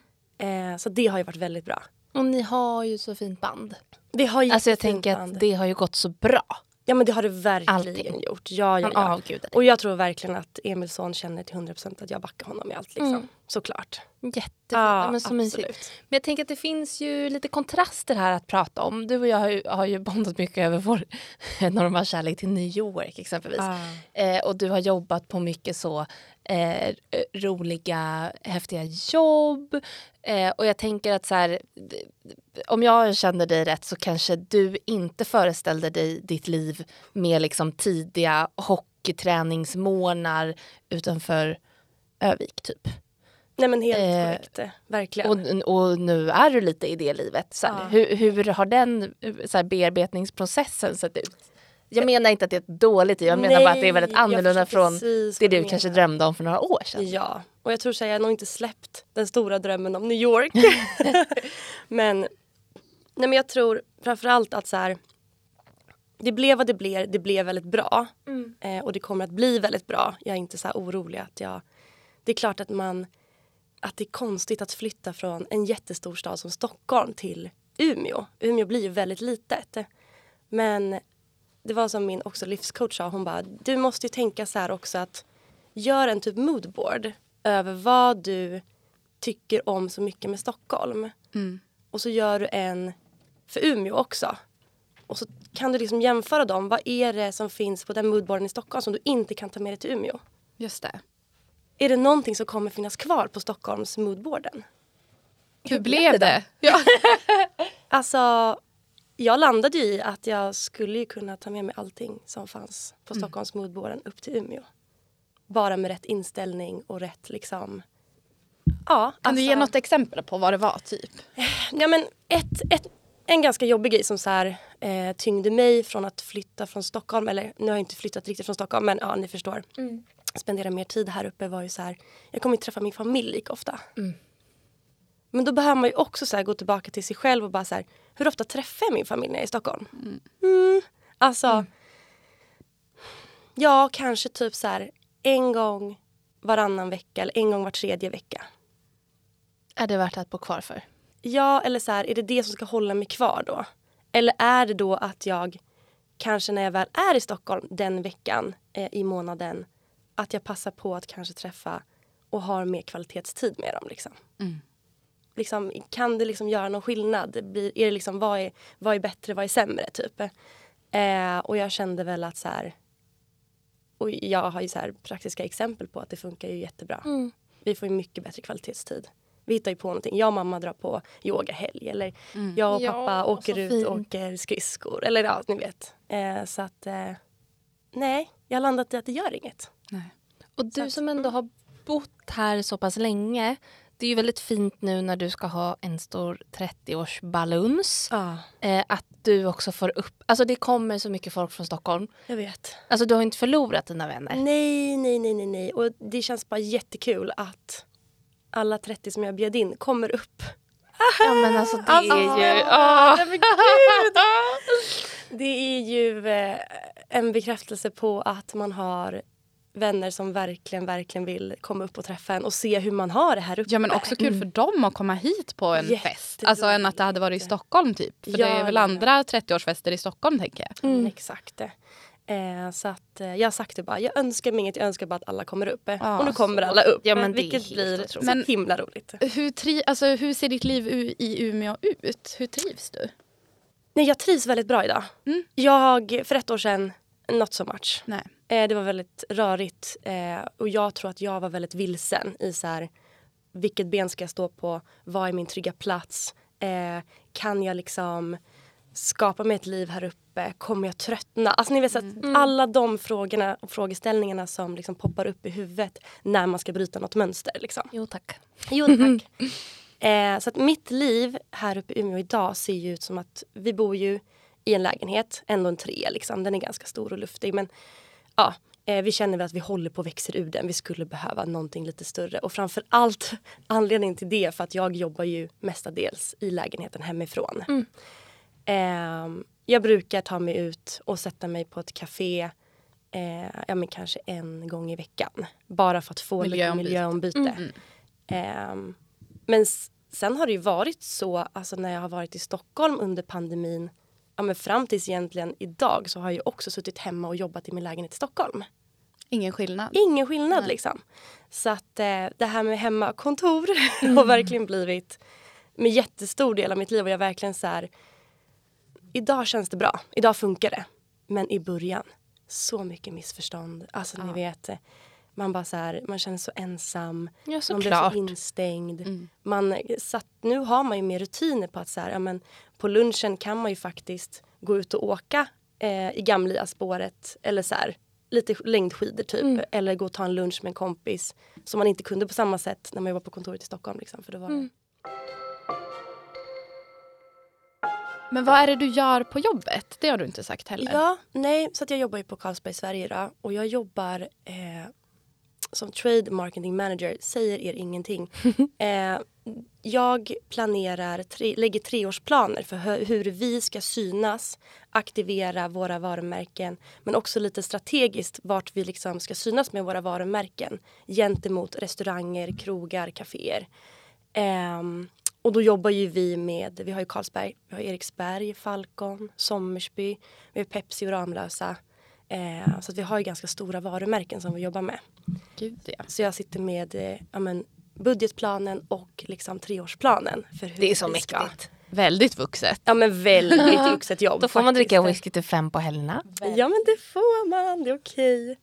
Så det har ju varit väldigt bra. Och ni har ju så fint band. Vi har alltså jag tänker att det har ju gått så bra. Ja men det har det verkligen gjort. Ja. Och jag tror verkligen att Emils son känner till 100% att jag backar honom i allt liksom. såklart. Jättefint. Ja, Men så mysigt. absolut. Men jag tänker att det finns ju lite kontraster här att prata om. Du och jag har ju bondat mycket över vår enorma kärlek till New York exempelvis. Och du har jobbat på mycket så roliga, häftiga jobb. Och jag tänker att så här, om jag känner dig rätt så kanske du inte föreställde dig ditt liv med liksom tidiga hockeyträningsmånar utanför Övik typ. Nej men helt korrekt, verkligen. Och nu är du lite i det livet. Så här, hur har den så här, bearbetningsprocessen sett ut? Jag menar inte att det är ett dåligt liv. Jag menar bara att det är väldigt annorlunda från det du kanske drömde om för några år sedan. Ja, och jag tror så här, jag har nog inte släppt den stora drömmen om New York. men jag tror framförallt att så här, det blev vad det blev väldigt bra. Och det kommer att bli väldigt bra. Jag är inte så här orolig att det är klart att det är konstigt att flytta från en jättestor stad som Stockholm till Umeå. Umeå blir ju väldigt litet. Men det var som min också livscoach sa. Hon bara, du måste ju tänka så här också att gör en typ moodboard över vad du tycker om så mycket med Stockholm. Och så gör du en för Umeå också. Och så kan du liksom jämföra dem. Vad är det som finns på den moodboarden i Stockholm som du inte kan ta med dig till Umeå? Just det. Är det någonting som kommer finnas kvar på Stockholms moodboarden? Hur blev det? Ja. Alltså, jag landade ju i att jag skulle ju kunna ta med mig allting som fanns på Stockholms moodboarden upp till Umeå. Bara med rätt inställning och rätt liksom... Ja, Kan du ge något exempel på vad det var typ? Ja, men en ganska jobbig grej som så här, tyngde mig från att flytta från Stockholm. Eller nu har jag inte flyttat riktigt från Stockholm, men ja, ni förstår. Spendera mer tid här uppe var ju så här, jag kommer inte träffa min familj lika ofta. Men då behöver man ju också så här gå tillbaka till sig själv och bara så här, hur ofta träffar jag min familj när jag är i Stockholm? Alltså, ja, kanske typ så här en gång varannan vecka eller en gång var tredje vecka. Är det värt att bo kvar för? Ja, eller så här, är det som ska hålla mig kvar då? Eller är det då att jag kanske när jag väl är i Stockholm den veckan i månaden att jag passar på att kanske träffa och har mer kvalitetstid med dem liksom. Liksom, kan det liksom göra någon skillnad? Är det liksom, vad är bättre, vad är sämre typ? Och jag kände väl att så här, och jag har ju så här praktiska exempel på att det funkar ju jättebra. Vi får ju mycket bättre kvalitetstid. Vi hittar ju på någonting. Jag och mamma drar på yogahelg. Eller jag och pappa åker ut och åker skridskor. Eller ja, ni vet. Så att nej, jag har landat i att det gör inget. Nej. Och du som ändå har bott här så pass länge. Det är ju väldigt fint nu när du ska ha en stor 30-årsbaluns. Att du också får upp... Alltså det kommer så mycket folk från Stockholm. Jag vet. Alltså du har inte förlorat dina vänner. Nej. Och det känns bara jättekul att alla 30 som jag bjöd in kommer upp. Ja men alltså det är ju... Det är ju en bekräftelse på att man har vänner som verkligen vill komma upp och träffa en och se hur man har det här uppe. Ja men också kul för dem att komma hit på en fest. Alltså än att det hade varit i Stockholm typ. För det är väl andra 30-årsfester i Stockholm tänker jag. Exakt det. Så att jag har sagt det bara, jag önskar mig inget, jag önskar bara att alla kommer upp. Och nu kommer alla upp. Ja, men vilket blir så himla roligt. Hur ser ditt liv i Umeå ut? Hur trivs du? Nej, jag trivs väldigt bra idag. För 1 år sedan, not so much. Nej. Det var väldigt rörigt. Och jag tror att jag var väldigt vilsen i så här, vilket ben ska jag stå på? Vad är min trygga plats? Kan jag liksom skapa mig ett liv här uppe? Kommer jag tröttna? Alltså ni vet så att alla de frågorna och frågeställningarna som liksom poppar upp i huvudet när man ska bryta något mönster. Liksom. Jo tack. Så att mitt liv här uppe i Umeå idag ser ju ut som att vi bor ju i en lägenhet, ändå en 3 liksom. Den är ganska stor och luftig men ja, vi känner väl att vi håller på och växer ur den. Vi skulle behöva någonting lite större. Och framförallt anledningen till det för att jag jobbar ju mestadels i lägenheten hemifrån. Jag brukar ta mig ut och sätta mig på ett café men kanske 1 gång i veckan. Bara för att få lite miljöombyte. Men sen har det ju varit så, alltså när jag har varit i Stockholm under pandemin, men fram tills egentligen idag så har jag också suttit hemma och jobbat i min lägenhet i Stockholm. Ingen skillnad. Ingen skillnad liksom. Så att det här med hemmakontor har verkligen blivit med jättestor del av mitt liv. Och jag verkligen så här, idag känns det bra. Idag funkar det. Men i början, så mycket missförstånd. Alltså ni vet, man bara så här, man känner så ensam. Ja, man blir så instängd. Nu har man ju mer rutiner på att så här, ja, men på lunchen kan man ju faktiskt gå ut och åka i Gamla spåret. Eller så här, lite längdskidor typ. Eller gå och ta en lunch med en kompis. Som man inte kunde på samma sätt när man jobbade på kontoret i Stockholm. Liksom, för det var Men vad är det du gör på jobbet? Det har du inte sagt heller. Ja, nej. Så att jag jobbar ju på Carlsberg Sverige då. Och jag jobbar som trade marketing manager. Säger er ingenting. Jag lägger 3-årsplaner för hur vi ska synas, aktivera våra varumärken. Men också lite strategiskt vart vi liksom ska synas med våra varumärken. Gentemot restauranger, krogar, kaféer. Och då jobbar ju vi har ju Carlsberg, vi har Eriksberg, Falcon, Sommersby, vi har Pepsi och Ramlösa. Så att vi har ju ganska stora varumärken som vi jobbar med. Gud, ja. Så jag sitter med budgetplanen och liksom 3-årsplanen. För hur Det är så vi ska. mäktigt. Väldigt vuxet. Ja, men väldigt vuxet jobb. Då får man faktiskt. dricka whisky till 5 på helgerna. Ja, men det får man. Det är okej.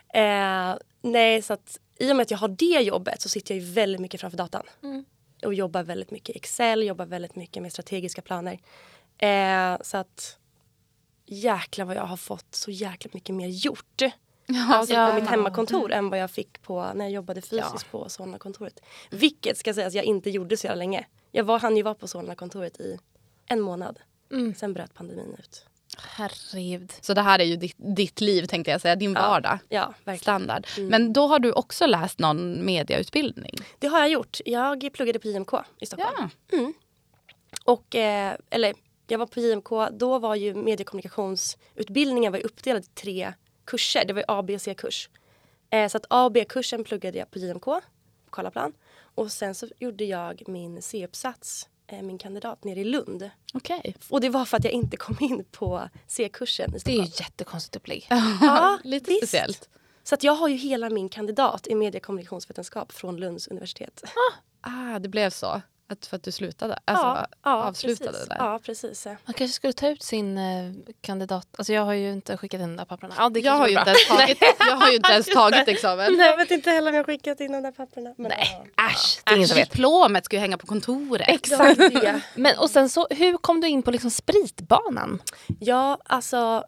Nej, så att i och med att jag har det jobbet så sitter jag ju väldigt mycket framför datan. Och jobbar väldigt mycket Excel, jobbar väldigt mycket med strategiska planer. Så att jäklar vad jag har fått så jäkla mycket mer gjort. Alltså på mitt hemmakontor än vad jag fick på när jag jobbade fysiskt på Solna-kontoret. Vilket ska säga att jag inte gjorde så länge. Jag hann ju vara på Solna-kontoret i 1 månad. Sen bröt pandemin ut. Herregud. Så det här är ju ditt liv, tänkte jag säga, din vardag. Ja, verkligen. Standard. Men då har du också läst någon mediautbildning? Det har jag gjort. Jag pluggade på JMK i Stockholm. Ja. Och, jag var på JMK, då var ju mediekommunikationsutbildningen var uppdelad i 3 kurser. Det var ju A, B, C-kurs. Så att A och B-kursen pluggade jag på JMK, på Karlaplan. Och sen så gjorde jag min C-uppsats, min kandidat, nere i Lund. Okej. Och det var för att jag inte kom in på C-kursen i Det är ju Stockholm. jättekonstigt upplägg. Ja, Lite visst. speciellt. Så att jag har ju hela min kandidat i mediekommunikationsvetenskap från Lunds universitet. Det blev så. För att du slutade? Alltså, avslutade precis. det där? Ja, precis. Man kanske skulle ta ut sin kandidat. Alltså jag har ju inte skickat in de där papperna. Ja, det Jag har ju inte ens tagit examen. Nej, jag vet inte heller om jag har skickat in de där papperna. Men, Nej, äsch. Det är ingen som vet. Diplomet ska ju hänga på kontoret. Exakt det. Men och sen så, hur kom du in på liksom spritbanan? Ja, alltså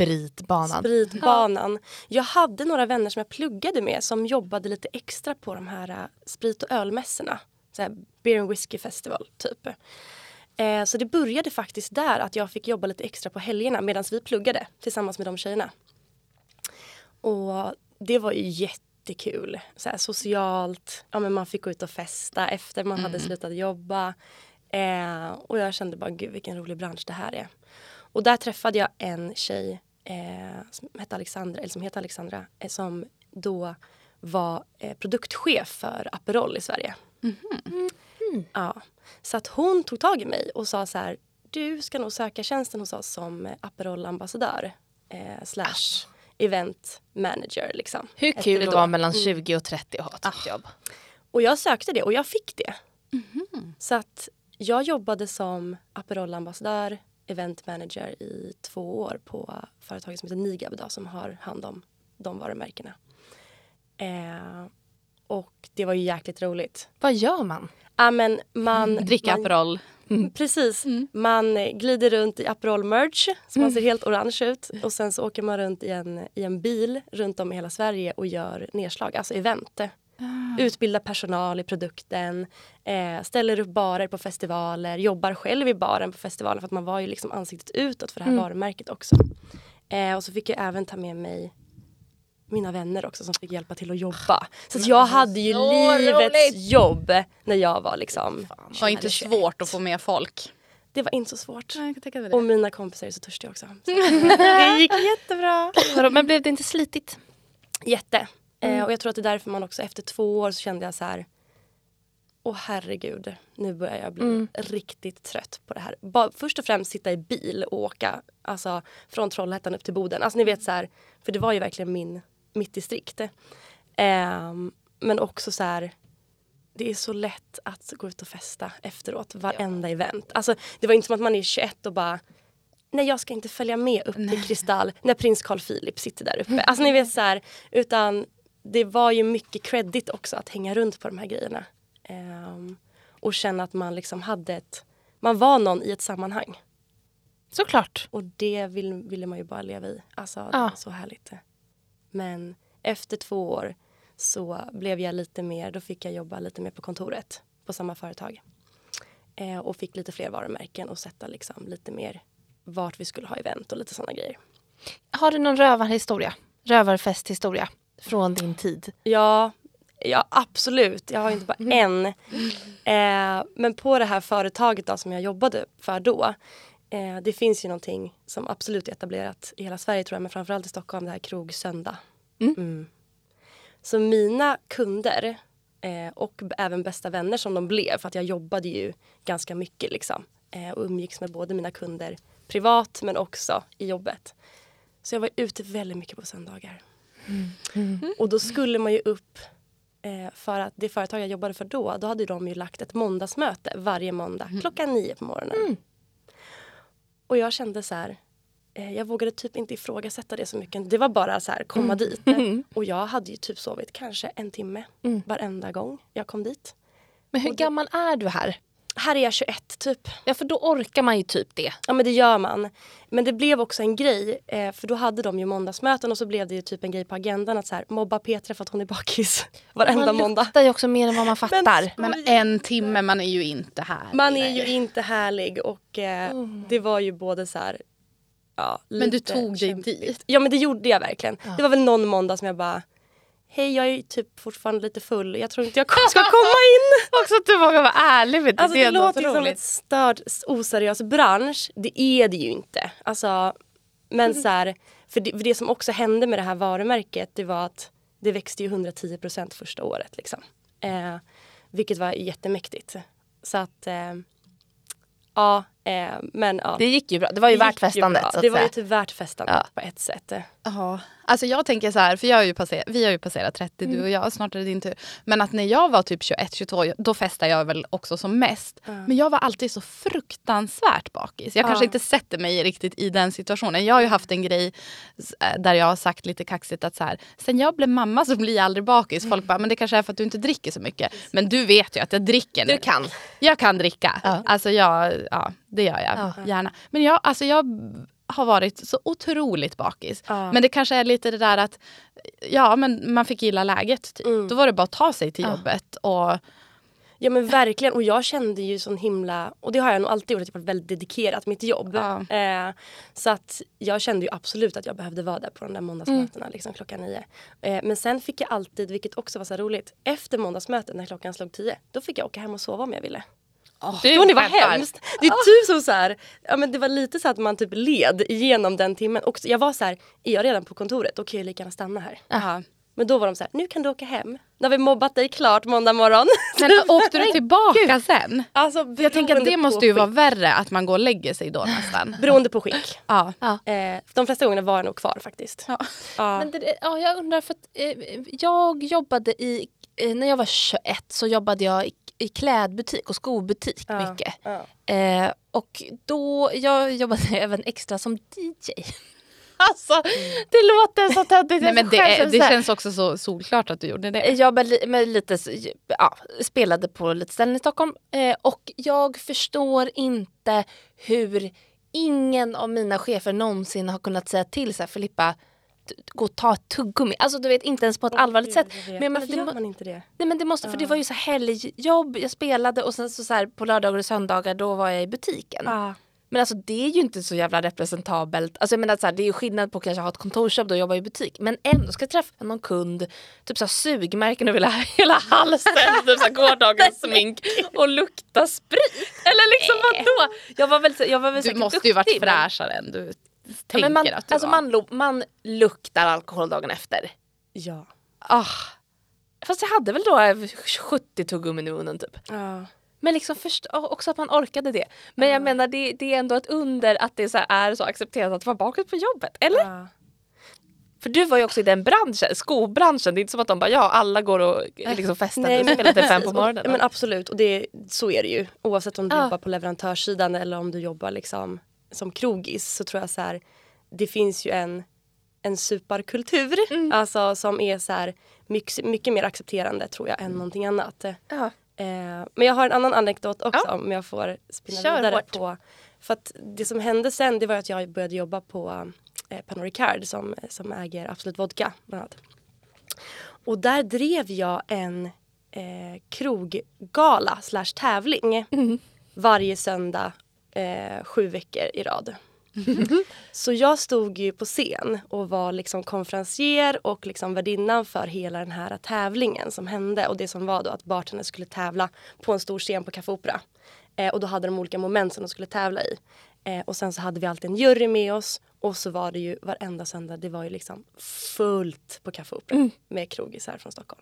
spritbanan. Jag hade några vänner som jag pluggade med som jobbade lite extra på de här sprit- och ölmässorna. Så här Beer and Whiskey Festival typ. Så det började faktiskt där att jag fick jobba lite extra på helgerna medan vi pluggade tillsammans med de tjejerna. Och det var ju jättekul. Så här socialt. Ja, men man fick gå ut och festa efter man hade slutat jobba. Och jag kände bara, gud vilken rolig bransch det här är. Och där träffade jag en tjej som heter Alexandra, som då var produktchef för Aperol i Sverige. Ja. Så att hon tog tag i mig och sa så här, du ska nog söka tjänsten hos oss som Aperol-ambassadör / event manager liksom. Hur kul det var mellan 20 och 30 att ha ett jobb? Och jag sökte det och jag fick det. Så att jag jobbade som Aperol-ambassadör, event manager i 2 år på företaget som heter Nigab idag, som har hand om de varumärkena. Och det var ju jäkligt roligt. Vad gör man? Ja, men Dricka Aperol. Precis. Man glider runt i Aperol-merch så man ser helt orange ut. Och sen så åker man runt i en bil runt om i hela Sverige och gör nedslag, alltså event. Utbildar personal i produkten, ställer upp barer på festivaler, jobbar själv i baren på festivalen för att man var ju liksom ansiktet utåt för det här varumärket också. Och så fick jag även ta med mig mina vänner också som fick hjälpa till att jobba. Så att jag hade ju livets jobb när jag var liksom... Det var inte svårt att få med folk. Det var inte så svårt. Nej, jag kan tänka mig det. Och mina kompisar är så törstiga också. Så det gick jättebra. Men blev det inte slitigt? Jätte. Och jag tror att det är därför man också efter 2 år så kände jag så här, åh herregud, nu börjar jag bli riktigt trött på det här. Först och främst sitta i bil och åka alltså, från Trollhättan upp till Boden. Alltså ni vet så här, för det var ju verkligen mitt distrikt. Men också så här, det är så lätt att gå ut och festa efteråt, varenda event. Alltså det var inte som att man är 21 och bara, nej jag ska inte följa med upp i Kristall när prins Carl Philip sitter där uppe. Alltså ni vet så här, utan det var ju mycket credit också att hänga runt på de här grejerna. Och känna att man liksom man var någon i ett sammanhang. Såklart. Och det ville man ju bara leva i. Alltså det var så härligt. Men efter 2 år så blev jag då fick jag jobba lite mer på kontoret på samma företag. Och fick lite fler varumärken och sätta liksom lite mer vart vi skulle ha event och lite sådana grejer. Har du någon rövarfesthistoria från din tid? Ja, absolut. Jag har inte bara en. Men på det här företaget då, som jag jobbade för då. Det finns ju någonting som absolut är etablerat i hela Sverige tror jag. Men framförallt i Stockholm, det här krog söndag. Så mina kunder och även bästa vänner som de blev. För att jag jobbade ju ganska mycket liksom. Och umgicks med både mina kunder privat men också i jobbet. Så jag var ute väldigt mycket på söndagar. Och då skulle man ju upp... för att det företag jag jobbade för då hade de ju lagt ett måndagsmöte varje måndag klockan 9 på morgonen. Och jag kände så här, jag vågade typ inte ifrågasätta det så mycket. Det var bara så här, komma dit. Och jag hade ju typ sovit kanske 1 timme varenda gång jag kom dit. Men hur gammal är du här? Här är jag 21 typ. Ja, för då orkar man ju typ det. Ja, men det gör man. Men det blev också en grej. För då hade de ju måndagsmöten och så blev det ju typ en grej på agendan att så här, mobba Petra för att hon är bakis varenda måndag. Man luktar ju också mer än vad man fattar. Men 1 timme, man är ju inte härlig. Man är ju inte härlig och det var ju både så här... Ja, men du tog dig dit? Ja, men det gjorde jag verkligen. Ja. Det var väl någon måndag som jag bara... Hej, jag är typ fortfarande lite full. Jag tror inte jag ska komma in. Också att du vågar vara ärlig med det. Alltså, det låter ju som ett störd, oseriös bransch. Det är det ju inte. Alltså, men så här, för det som också hände med det här varumärket, det var att det växte ju 110% första året. Liksom. Vilket var jättemäktigt. Så att... men ja. Det gick ju bra. Det var ju värt festandet. Det var ju typ värt festandet på ett sätt. Ja. Alltså jag tänker så här, för vi har ju passerat 30, du och jag, snart är det din tur. Men att när jag var typ 21-22, då festade jag väl också som mest. Men jag var alltid så fruktansvärt bakis. Jag kanske inte sätter mig riktigt i den situationen. Jag har ju haft en grej där jag har sagt lite kaxigt att så här, sen jag blev mamma så blir jag aldrig bakis. Folk bara, men det kanske är för att du inte dricker så mycket. Men du vet ju att jag dricker nu. Du kan. Jag kan dricka. Alltså det gör jag gärna. Men jag har varit så otroligt bakis. Men det kanske är lite det där att men man fick gilla läget typ. Då var det bara att ta sig till jobbet och... Ja men verkligen, och jag kände ju sån himla, och det har jag nog alltid gjort, att jag var väldigt dedikerad mitt jobb. Så att jag kände ju absolut att jag behövde vara där på de där måndagsmötena liksom klockan 9. Men sen fick jag alltid, vilket också var så roligt, efter måndagsmötet när klockan slog 10, då fick jag åka hem och sova om jag ville. Det var hemskt. Det är typ som så här, men det var lite så att man typ led igenom den timmen. Och jag var så här, är jag redan på kontoret, då kan jag lika gärna stanna här. Men då var de så här, nu kan du åka hem. Nu har vi mobbat dig klart måndag morgon. Men åkte du tillbaka sen? Alltså, jag tänker att det måste ju vara värre att man går och lägger sig då nästan. Beroende på skick. De flesta gångerna var jag nog kvar faktiskt. Men jag undrar, för att jag jobbade när jag var 21 så jobbade jag i klädbutik och skobutik mycket. Och då jag jobbade även extra som DJ. Alltså, det låter så töntigt. Nej, men det känns också så solklart att du gjorde det. Jag spelade på lite ställen i Stockholm. Och jag förstår inte hur ingen av mina chefer någonsin har kunnat säga till så här, Filippa, gå och ta ett tuggummi. Alltså du vet, inte ens på ett allvarligt sätt. Men varför gör man inte det? Nej, men det måste, för det var ju så helgjobb. Jag spelade och sen så här, på lördagar och söndagar då var jag i butiken. Men alltså det är ju inte så jävla representabelt. Alltså jag menar så här, det är ju skillnad på att kanske ha ett kontorsjobb då och jobba i butik. Men ändå ska jag träffa någon kund, typ så här sugmärken över hela halsen, typ så här gårdagens smink och lukta sprit. Eller liksom vadå? Jag var väl du måste ju varit fräschare än du tänker men att du alltså var. Man luktar alkohol dagen efter. Ja. Fast jag hade väl då 70 tuggummin i munnen typ. Men liksom också att man orkade det. Men jag menar, det är ändå ett under att det är så accepterat att vara bakåt på jobbet, eller? För du var ju också i den branschen, skobranschen. Det är inte som att de bara, alla går och liksom festar och spelar till 5 på morgonen. Men absolut, och så är det ju. Oavsett om du jobbar på leverantörssidan eller om du jobbar liksom som krogis, så tror jag så här, det finns ju en superkultur alltså, som är så här mycket mer accepterande tror jag än någonting annat. Men jag har en annan anekdot också om jag får spinna vidare på. För att det som hände sen, det var att jag började jobba på Pernod Ricard som äger Absolut Vodka bland annat. Och där drev jag en kroggala / tävling varje söndag 7 veckor i rad. Så jag stod ju på scen och var liksom konferencier och liksom värdinnan för hela den här tävlingen som hände. Och det som var då att bartendern skulle tävla på en stor scen på Café Opera. Och då hade de olika moment som de skulle tävla i. Och sen så hade vi alltid en jury med oss. Och så var det ju varenda söndag, det var ju liksom fullt på Café Opera med krogisar från Stockholm.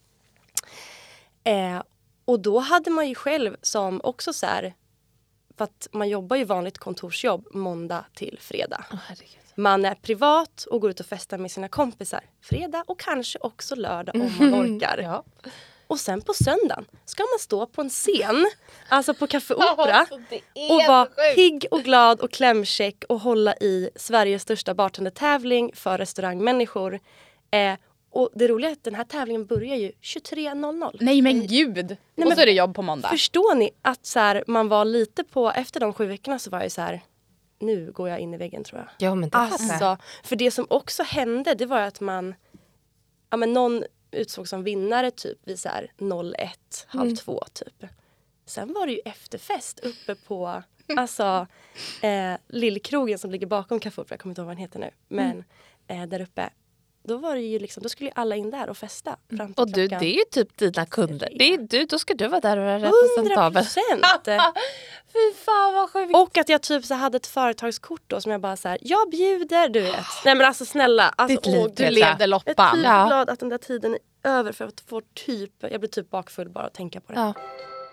Och då hade man ju själv som också så här, för att man jobbar ju vanligt kontorsjobb måndag till fredag. Man är privat och går ut och festar med sina kompisar fredag och kanske också lördag om man orkar. Och sen på söndagen ska man stå på en scen, alltså på Café Opera, och vara pigg och glad och klämkäck och hålla i Sveriges största bartendertävling för restaurangmänniskor. Och det roliga är att den här tävlingen börjar ju 23.00. Nej men gud! Och så är det jobb på måndag. Förstår ni att så här, man var lite på, efter de 7 veckorna så var jag så här, nu går jag in i väggen tror jag. Ja men det alltså, för det som också hände, det var att någon utsåg som vinnare typ vid så här 01, 1:30 typ. Sen var det ju efterfest uppe på Lillkrogen som ligger bakom Café Opera, jag kommer inte ihåg vad den heter nu. Men där uppe, då var det ju liksom, då skulle ju alla in där och festa. Fram till och du, det är ju typ dina kunder. Det är du, då ska du vara där och vara representabel. 100%! Fy fan vad sjukt. Och att jag typ så hade ett företagskort då som jag bara så här, jag bjuder, du vet. Nej men alltså snälla. Alltså, ditt liv, du levde loppan. Jag är typ glad att den där tiden är över för att jag blir typ bakfull bara att tänka på det. Ja.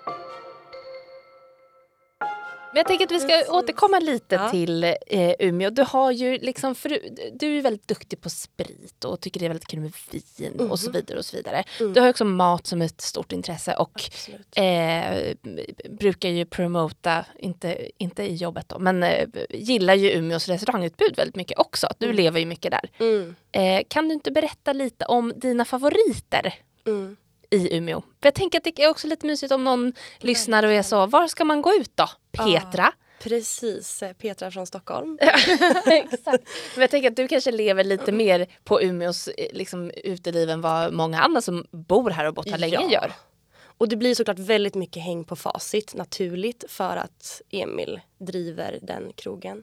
Men jag tänker att vi ska återkomma lite till Umeå. Du har ju liksom, du är väldigt duktig på sprit och tycker det är väldigt kul med vin och så vidare och så vidare. Du har ju också mat som ett stort intresse och brukar ju promota, inte i jobbet då, men gillar ju Umeås restaurangutbud väldigt mycket också. Du lever ju mycket där. Kan du inte berätta lite om dina favoriter? I Umeå. För jag tänker att det är också lite mysigt om någon lyssnar och är så, var ska man gå ut då? Petra? Precis, Petra från Stockholm. Exakt. Men jag tänker att du kanske lever lite mer på Umeås liksom, uteliv än vad många andra som bor här och bott här länge gör. Och det blir såklart väldigt mycket häng på Facit naturligt för att Emil driver den krogen.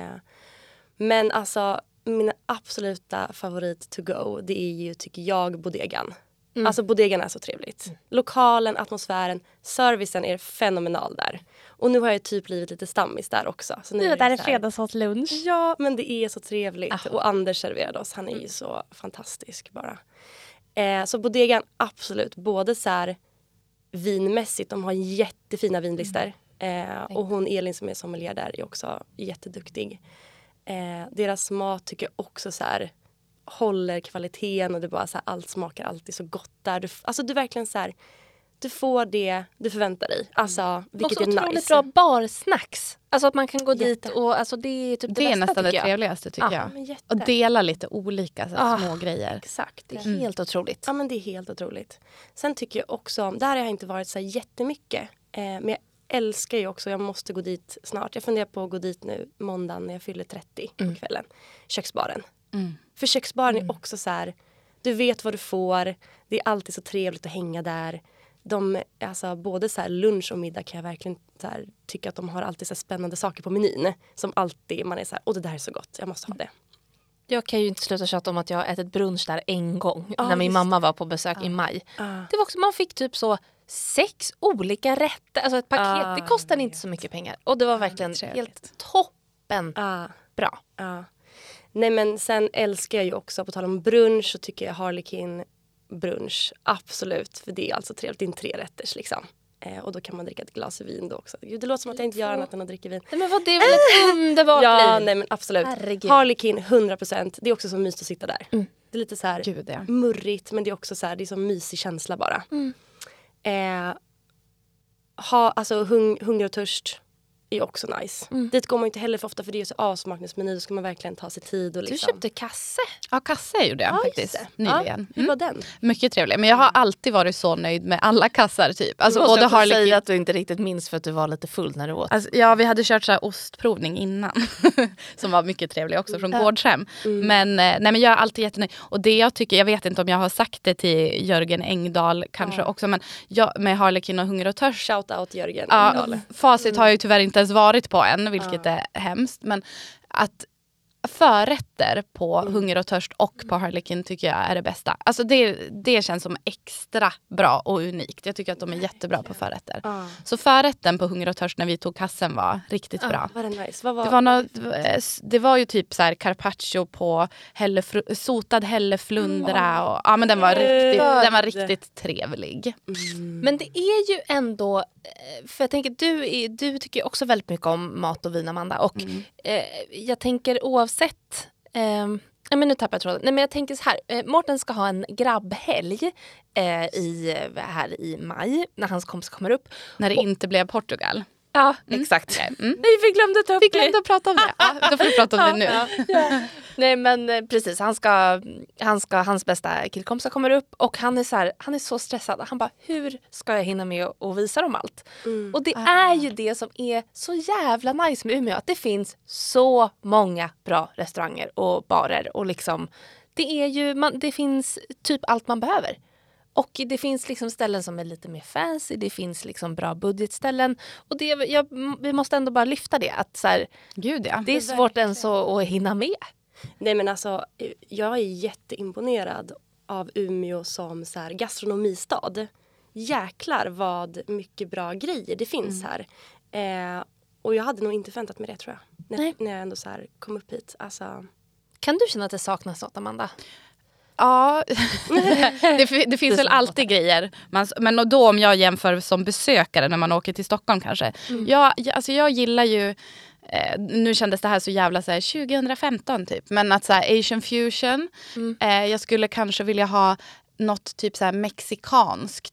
Men alltså mina absoluta favorit to go, det är ju tycker jag Bodegan. Alltså Bodegan är så trevligt. Lokalen, atmosfären, servicen är fenomenal där. Och nu har jag typ blivit lite stammis där också. Så nu är där en fredagshotslunch. Ja, men det är så trevligt. Och Anders serverade oss. Han är ju så fantastisk bara. Så Bodegan, absolut. Både så här vinmässigt. De har jättefina vinlistor. Och hon Elin som är sommelier där är också jätteduktig. Deras mat tycker jag också så här håller kvaliteten och det bara så här, allt smakar alltid så gott där. Alltså du verkligen så här, du får det du förväntar dig. Alltså vilket är nice. Också otroligt bra barsnacks. Alltså att man kan gå dit och alltså det är typ det är nästan det trevligaste tycker jag. Och dela lite olika så här, små grejer. Exakt. Det är helt otroligt. Ja men det är helt otroligt. Sen tycker jag också, där har jag inte varit så här jättemycket. Men jag älskar ju också, jag måste gå dit snart. Jag funderar på att gå dit nu måndagen när jag fyller 30 på kvällen. Köksbaren. För köksbaren är också så här, du vet vad du får. Det är alltid så trevligt att hänga där. Alltså, både så här lunch och middag kan jag verkligen så här, tycka att de har alltid så här spännande saker på menyn. Som alltid man är så här, det där är så gott, jag måste ha det. Jag kan ju inte sluta tjata om att jag har ätit brunch där en gång. När min mamma var på besök i maj. Det var också, man fick typ så 6 olika rätter. Alltså ett paket, det kostade inte så mycket pengar. Och det var verkligen helt toppen bra. Nej men sen älskar jag ju också, på tal om brunch så tycker jag Harlekin brunch, absolut. För det är alltså trevligt, det är en 3-rätters liksom. Och då kan man dricka ett glas vin då också. Gud, det låter som att jag inte gör annat än att dricka vin. Nej, men vad, det är väl ett underbart Ja, liv. nej men absolut. Herregud. Harlequin 100%. Det är också så mysigt att sitta där. Det är lite så här Gud, ja. murrigt, men det är också så här, det är så mysig känsla bara. Alltså hunger och törst är också nice. Dit går man ju inte heller för ofta för det är så avsmakningsmeny. Då ska man verkligen ta sig tid. Och Du liksom. köpte kasse. Ja, kasse gjorde jag faktiskt nyligen. Ja, hur var den? Mycket trevlig. Men jag har alltid varit så nöjd med alla kassar typ. Alltså, Måste både jag Harlequin... säga att du inte riktigt minns för att du var lite full när du åt. Alltså, ja, vi hade kört så här ostprovning innan. Som var mycket trevlig också från Gårdshem. Men, nej, men jag är alltid jättenöjd. Och det jag tycker, jag vet inte om jag har sagt det till Jörgen Engdahl kanske också. Men jag, med Harlequin och Hunger och törst. Shout out Jörgen. Ja, facit har jag ju tyvärr inte ens varit på än, vilket är hemskt. Men att förrätter på Hunger och törst och på Harlequin tycker jag är det bästa. Alltså det känns som extra bra och unikt. Jag tycker att de är jättebra på förrätter. Så förrätten på Hunger och törst när vi tog kassen var riktigt bra. Var det nice? Det var ju typ så här carpaccio på sotad hälleflundra och ja, men den var riktigt trevlig. Men det är ju ändå, för jag tänker du tycker ju också väldigt mycket om mat och vin, Amanda, och jag tänker oavsett men nu tappar jag tråden. Nej, men jag tänker så här, Mårten ska ha en grabbhelg här i maj när hans kompis kommer upp. När det inte blev Portugal. Ja, exakt. Mm. Nej, vi glömde ta upp Vi glömde att prata om det. Ja, då får vi prata om det nu. Ja. Nej, men precis, hans bästa killkompisar kommer upp och han är så stressad. Han bara, hur ska jag hinna med att visa dem allt? Och det är ju det som är så jävla nice med Umeå, att det finns så många bra restauranger och barer och liksom, det finns typ allt man behöver. Och det finns liksom ställen som är lite mer fancy, det finns liksom bra budgetställen. Och vi måste ändå bara lyfta det. Att så här, Gud, ja. det är svårt ens att hinna med. Nej men alltså, jag är jätteimponerad av Umeå som så här gastronomistad. Jäklar vad mycket bra grejer det finns här. Och jag hade nog inte väntat mig det, tror jag. När jag ändå så här kom upp hit. Alltså... Kan du känna att det saknas något, Amanda? Ja, det finns väl alltid grejer. Men då om jag jämför som besökare när man åker till Stockholm kanske. Jag gillar ju, nu kändes det här så jävla så här, 2015 typ. Men att så här, Asian fusion. Jag skulle kanske vilja ha något typ så här mexikanskt.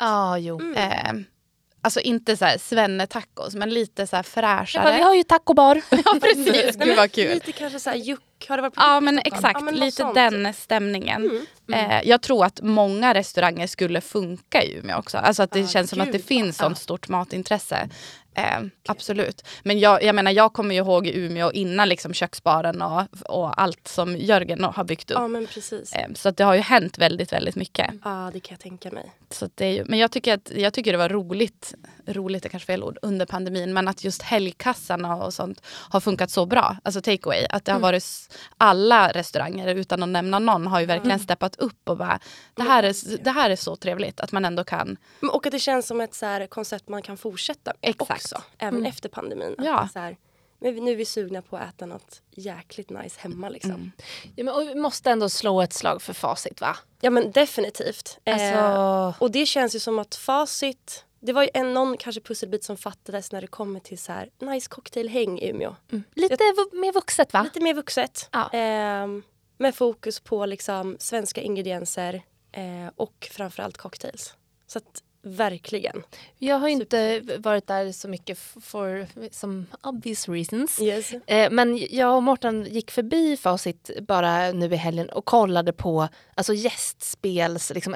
Alltså inte så här svennetacos, men lite så här fräschare. Vi har ju tacobar. Ja, precis. Gud vad kul. Lite kanske så här juck. Har det varit på ja, men exakt. Ja, men lite den stämningen. Jag tror att många restauranger skulle funka i Umeå också. Alltså att det känns som att det finns sånt stort matintresse. Absolut. Men jag menar, jag kommer ju ihåg Umeå innan liksom köksbaren och allt som Jörgen har byggt upp. Ja, men precis. Så att det har ju hänt väldigt, väldigt mycket. Ja, det kan jag tänka mig. Så att det är ju, men jag tycker det var roligt är kanske fel ord, under pandemin. Men att just helgkassarna och sånt har funkat så bra. Alltså takeaway. Att det har varit alla restauranger utan att nämna någon har ju verkligen steppat upp och bara, det här är så trevligt att man ändå kan. Och att det känns som ett så här koncept man kan fortsätta med också, även efter pandemin. Ja. Så här, men nu är vi sugna på att äta något jäkligt nice hemma liksom. Ja, men, och vi måste ändå slå ett slag för Facit, va? Ja, men definitivt. Alltså... Och det känns ju som att Facit, det var ju någon kanske pusselbit som fattades när det kommer till så här nice cocktailhäng i Umeå. Lite mer vuxet, va? Lite mer vuxet. Ja. Med fokus på liksom svenska ingredienser och framförallt cocktails. Så att verkligen. Jag har inte varit där så mycket för some obvious reasons. Yes. Men jag och Mårten gick förbi Facit bara nu i helgen och kollade på alltså gästspels liksom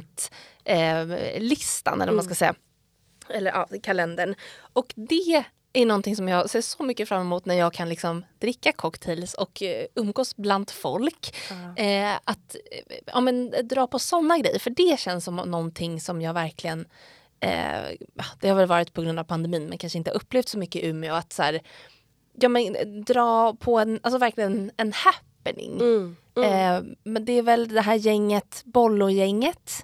eventlistan eller vad man ska säga. Eller kalendern. Och det är någonting som jag ser så mycket fram emot när jag kan liksom dricka cocktails och umgås bland folk. Att dra på sådana grejer. För det känns som någonting som jag verkligen... det har väl varit på grund av pandemin men kanske inte upplevt så mycket i Umeå. Att så här, dra på verkligen en happening. Men det är väl det här gänget, Bollo-gänget.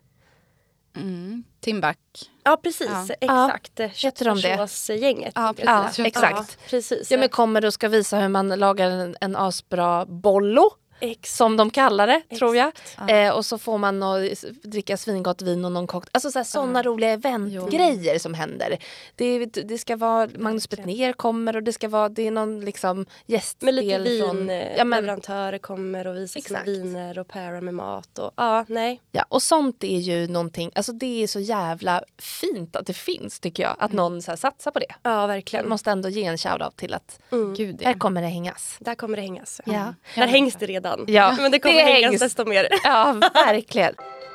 Timbuk. Ja, precis. Exakt. Heter de det? Gänget. Ja, exakt. Precis. Ja, men kommer och ska visa hur man lagar en asbra bollo. som de kallar det, tror jag. Och så får man dricka svingott vin och någon cocktail. Alltså sådana roliga eventgrejer som händer. Det ska vara Magnus Betnér kommer och det är någon liksom gästspel. Med lite vin, från leverantörer kommer och visar sina viner och para med mat. Och, Ja, och sånt är ju någonting, alltså det är så jävla fint att det finns, tycker jag. Att någon så här satsar på det. Ja, verkligen. Jag måste ändå ge en shoutout till att Gud, här kommer det hängas. Där kommer det hängas. Ja. Där hängs det redan. Ja, men det kommer hängas desto mer. Ja, verkligen.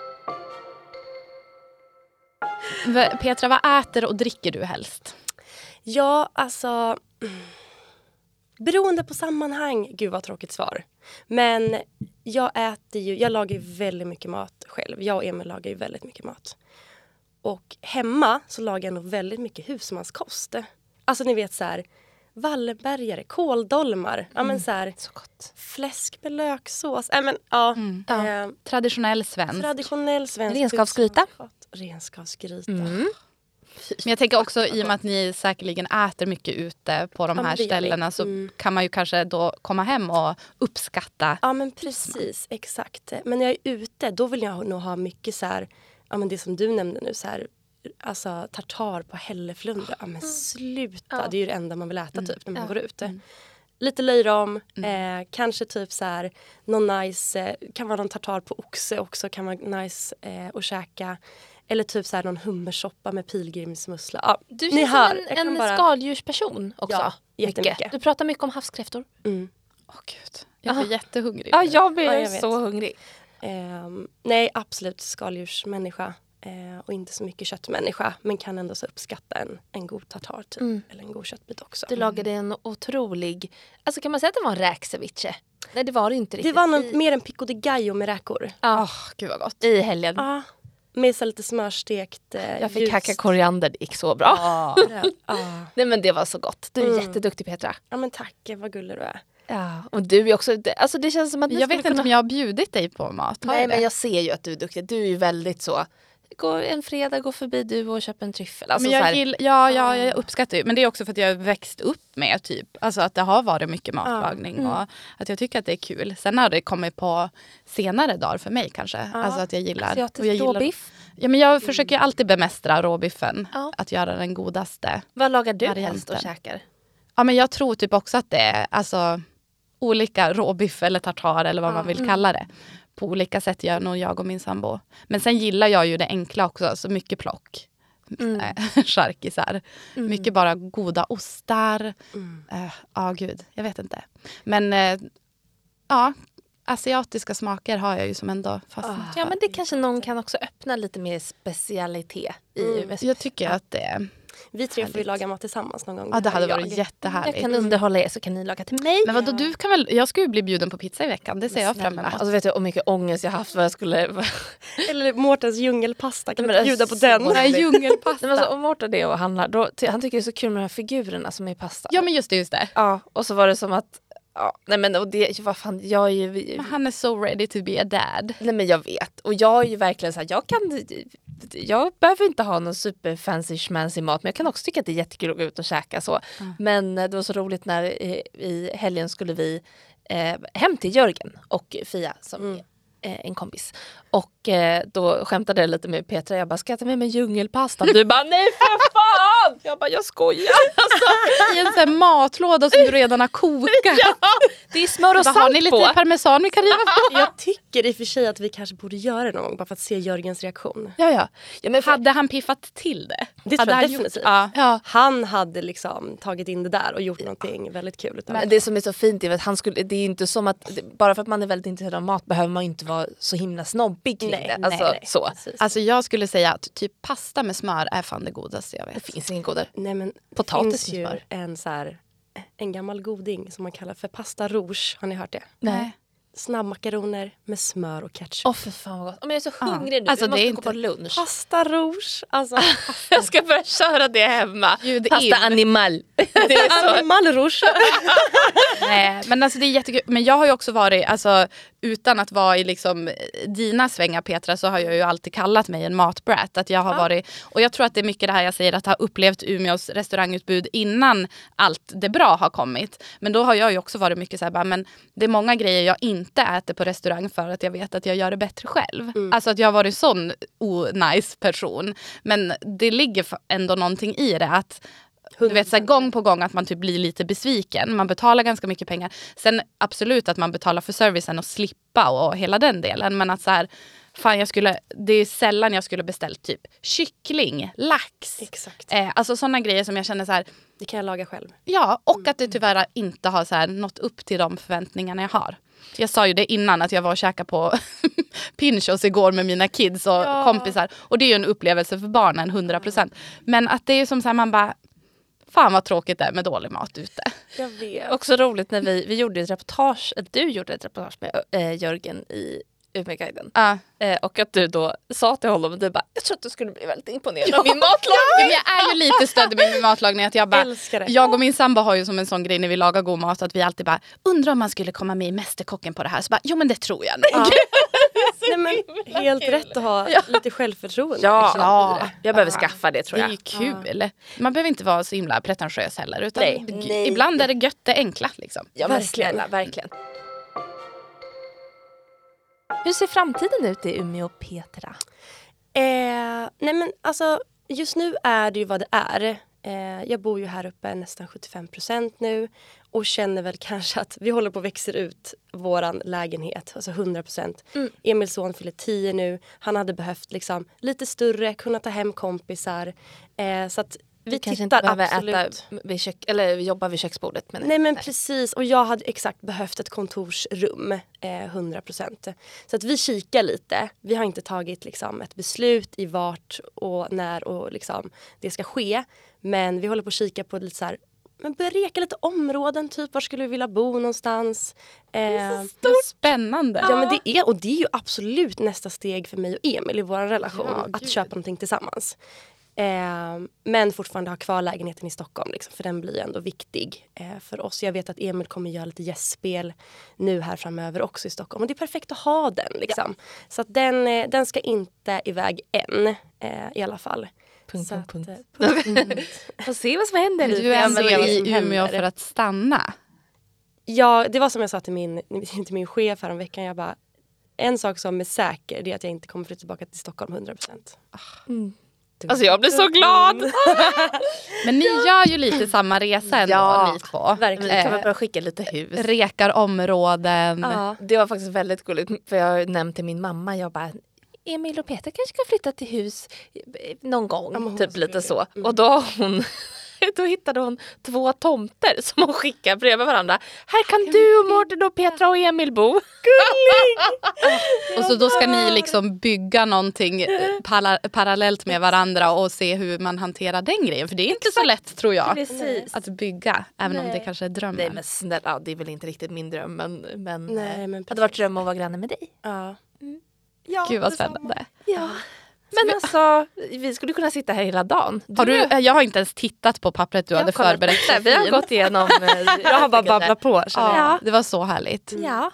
Petra, vad äter och dricker du helst? Ja, alltså... Beroende på sammanhang. Gud vad tråkigt svar. Men jag lagar ju väldigt mycket mat själv. Jag och Emil lagar ju väldigt mycket mat. Och hemma så lagar jag nog väldigt mycket husmanskost. Alltså ni vet så här... Wallenbergare, kåldolmar, men så här, så gott. Fläsk med löksås. Traditionell svensk. Renskapsgryta. Renskapsgryta. Men jag tänker också, i och med att ni säkerligen äter mycket ute på de här ställena, så kan man ju kanske då komma hem och uppskatta. Ja, men precis, exakt. Men när jag är ute, då vill jag nog ha mycket så här, men det som du nämnde nu, så här, alltså tartar på hälleflundra. Ja, men sluta. Det är ju det enda man vill äta typ när man går ut. Lite löjrom. Kanske typ så här någon nice, kan vara någon tartar på oxe också, kan vara nice att käka. Eller typ så här någon hummersoppa med pilgrimsmussla. Ja, Du känns som en skaldjursperson också. Ja, jättemycket. Du pratar mycket om havskräftor. Åh gud, jag blir jättehungrig. Ja, jag blir så hungrig. Nej, absolut skaldjursmänniska. Och inte så mycket köttmänniska. Men kan ändå så uppskatta en god tartar typ. Eller en god köttbit också. Du lagade en otrolig... Alltså kan man säga att det var en räkceviche? Nej, det var det inte riktigt. Det var mer en pico de gallo med räkor. Ja, Gud vad gott. I helgen. Ja, med så lite smörstekt jag fick hacka koriander, det gick så bra. Nej, men det var så gott. Du är jätteduktig, Petra. Ja, men tack, vad gullig du är. Ja, och du är också... Alltså det känns som att... Jag vet inte om jag har bjudit dig på mat. Nej, men jag ser ju att du är duktig. Du är ju väldigt så... En fredag går förbi du och köper en tryffel. Alltså men jag uppskattar ju. Men det är också för att jag har växt upp med typ. Alltså att det har varit mycket matlagning. Och att jag tycker att det är kul. Sen har det kommit på senare dagar för mig kanske. Alltså att jag gillar... Asiatisk råbiff. Ja, men jag försöker alltid bemästra råbiffen. Att göra den godaste. Vad lagar du helst och käkar? Ja, men jag tror typ också att det är alltså, olika råbiff eller tartar eller vad man vill kalla det. På olika sätt gör nog jag och min sambo. Men sen gillar jag ju det enkla också. Så mycket plock. Charkisar. Mycket bara goda ostar. Gud, jag vet inte. Men asiatiska smaker har jag ju som ändå fastnat för. Ja, men det kanske någon kan också öppna lite mer specialitet i USA. Jag tycker att det... Vi tre får ju laga mat tillsammans någon gång. Ja, det hade varit jättehärligt. Jag kan underhålla er så kan ni laga till mig. Men vadå, du kan väl... Jag ska ju bli bjuden på pizza i veckan. Det ser jag fram emot. Alltså vet du hur mycket ångest jag haft vad jag skulle... Eller Mårtens djungelpasta. Kan du bjuda på den? Nej, djungelpasta. Men alltså, om Mårten är och handlar, han tycker det är så kul med de här figurerna som är i pasta. Ja, men just det. Ja, och så var det som att... Ja, nej men och det, vad fan, jag är ju... Men han är so ready to be a dad. Nej men jag vet. Och jag är ju verkligen så här, jag behöver inte ha någon super fancy schmancy mat, men jag kan också tycka att det är jättekul att gå ut och käka så. Men det var så roligt när i helgen skulle vi hem till Jörgen och Fia som är en kompis. Och då skämtade jag lite med Petra. Jag bara, ska jag ta med mig djungelpasta? Du bara, nej för fan! Jag bara, jag skojar. Alltså, i en sån här matlåda som du redan har kokat. Ja, det är smör och salt på. Har ni lite parmesan vi kan riva på? Jag tycker i och för sig att vi kanske borde göra det någon gång bara för att se Jörgens reaktion. Ja, men hade han piffat till det? Det tror jag definitivt. Ja. Han hade liksom tagit in det där och gjort någonting väldigt kul. Men det som är så fint är att det är inte som att bara för att man är väldigt intresserad av mat behöver man inte vara så himla snobbig kring det. Nej. Så. Alltså jag skulle säga att typ pasta med smör är fan det godaste jag vet. Det finns ingen godare. Nej, men potatis finns ju en gammal goding som man kallar för pasta rouge. Har ni hört det? Nej. Snabbmakaroner med smör och ketchup. För fan vad gott. Men jag är så hungrig nu. Alltså, vi måste det är gå på lunch. Pasta rouge. Alltså, jag ska börja köra det hemma. Pasta animal. Det är animal rouge. Nej, men alltså det är jättekul. Men jag har ju också varit utan att vara i liksom dina svängar, Petra, så har jag ju alltid kallat mig en matbrat. Att jag har varit, och jag tror att det är mycket det här jag säger, att ha upplevt Umeås restaurangutbud innan allt det bra har kommit. Men då har jag ju också varit mycket så här, bara, men det är många grejer jag inte äter på restaurang för att jag vet att jag gör det bättre själv. Alltså att jag har varit sån nice person. Men det ligger ändå någonting i det, att du vet, så här, gång på gång att man typ blir lite besviken. Man betalar ganska mycket pengar. Sen absolut att man betalar för servicen och slippa och hela den delen. Men att så här, fan, det är sällan jag skulle beställt typ kyckling, lax. Exakt. Alltså sådana grejer som jag känner så här. Det kan jag laga själv. Ja, och att det tyvärr inte har så här nått upp till de förväntningarna jag har. Jag sa ju det innan att jag var och käkade på Pinchos igår med mina kids och kompisar. Och det är ju en upplevelse för barnen, 100%. Men att det är som så här, man bara, fan vad tråkigt det är med dålig mat ute. Jag vet. Också roligt när vi gjorde ett reportage, du gjorde ett reportage med Jörgen i Umeåguiden. Och att du då sa till honom, du bara, jag tror att du skulle bli väldigt imponerad av min matlagning. Jag är ju lite stöddig med min matlagning. Att jag och min sambo har ju som en sån grej när vi lagar god mat, att vi alltid bara, undrar om man skulle komma med i Mästerkocken på det här. Så bara, jo men det tror jag nog. Nej, men helt rätt att ha lite självförtroende. Ja, jag behöver skaffa det, tror jag. Det är ju kul. Man behöver inte vara så himla pretentiös heller. Utan Nej. ibland är det gött det enkla. Liksom. Ja, verkligen. Verkligen. Hur ser framtiden ut i Umeå, Petra? Nej men alltså, just nu är det ju vad det är. Jag bor ju här uppe nästan 75% nu. Och känner väl kanske att vi håller på att växa ut våran lägenhet. Alltså 100%. Emils son fyller 10 nu. Han hade behövt liksom lite större, kunna ta hem kompisar. Så att vi kanske inte tittar behöver absolut. äta vid eller jobba vid köksbordet. Men Nej men precis, och jag hade exakt behövt ett kontorsrum 100%. Så att vi kikar lite. Vi har inte tagit liksom ett beslut i vart och när och liksom det ska ske. Men vi håller på att kika på lite så här, men börja reka lite områden, typ var skulle vi vilja bo någonstans. Det är så spännande. Ja men det är ju absolut nästa steg för mig och Emil i vår relation, att köpa någonting tillsammans. Men fortfarande ha kvar lägenheten i Stockholm liksom, för den blir ändå viktig för oss. Jag vet att Emil kommer göra lite gästspel nu här framöver också i Stockholm, och det är perfekt att ha den liksom. Så att den ska inte iväg än i alla fall. Punkt. Får se vad som händer. Du är ändå i Umeå för att stanna. Ja, det var som jag sa till min chef här om veckan. Jag bara, en sak som är säker, det är att jag inte kommer flytta tillbaka till Stockholm 100%. Alltså jag blir så glad. Men ni gör ju lite samma resa ändå, ni två. Verkligen. Vi kan väl bara skicka lite hus. Rekar områden. Ja. Det var faktiskt väldigt gulligt, för jag har nämnt till min mamma, jag bara, Emil och Peter kanske ska flytta till hus någon gång, typ lite så. Och då hittade hon 2 tomter som hon skickar bredvid varandra. Här kan du och Mårten och Petra och Emil bo. Och så då ska ni liksom bygga någonting parallellt med varandra och se hur man hanterar den grejen. För det är inte så lätt, tror jag. Precis. Att bygga, även om det kanske är drömmen. Nej men snälla, det är väl inte riktigt min dröm. Men Nej, men hade varit dröm att vara granne med dig. Ja. Ja, Gud vad spännande. Ja. Men alltså, vi skulle kunna sitta här hela dagen. Jag har inte ens tittat på pappret du hade förberett. Vi har gått igenom. Jag har bara babblat på. Ja, det var så härligt. Ja.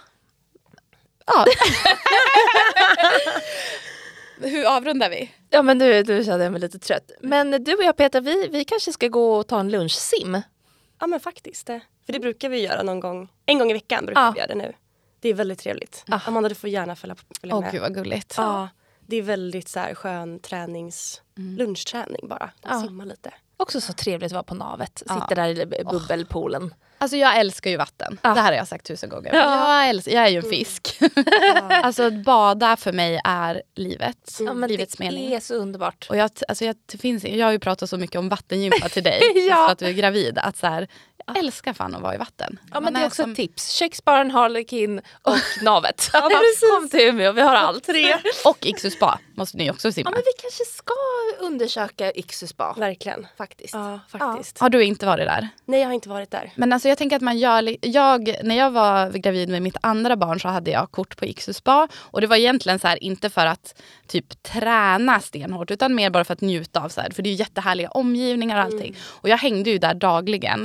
Hur avrundar vi? Ja men du kände jag mig lite trött. Men du och jag, Peter, vi kanske ska gå och ta en lunchsim. Ja men faktiskt. För det brukar vi göra någon gång. En gång i veckan brukar vi göra det nu. Det är väldigt trevligt. Amanda, du får gärna följa med. Gud vad gulligt. Ja, det är väldigt så här skön lunchträning bara. Simma lite. Också så trevligt att vara på navet. Sitter där i bubbelpoolen. Alltså jag älskar ju vatten. Det här har jag sagt 1000 gånger. Jag är ju en fisk. Alltså att bada för mig är livet. Livets mening. Det är så underbart. Och jag har ju pratat så mycket om vattengympa till dig. För att du är gravid. Att så här, jag älskar fan att vara i vatten. Ja men det är också ett tips. Köksbaren, Harlekin och navet. Kom till Umeå, vi har allt. 3. Och Iksuspa måste ni också simma. Ja men vi kanske ska undersöka Iksuspa. Verkligen. Faktiskt. Ja, faktiskt. Har du inte varit där? Nej, jag har inte varit där. Men alltså jag tänker att man gör... när jag var gravid med mitt andra barn så hade jag kort på Iksuspa. Och det var egentligen så här, inte för att typ träna stenhårt, utan mer bara för att njuta av så här. För det är ju jättehärliga omgivningar och allting. Och jag hängde ju där dagligen.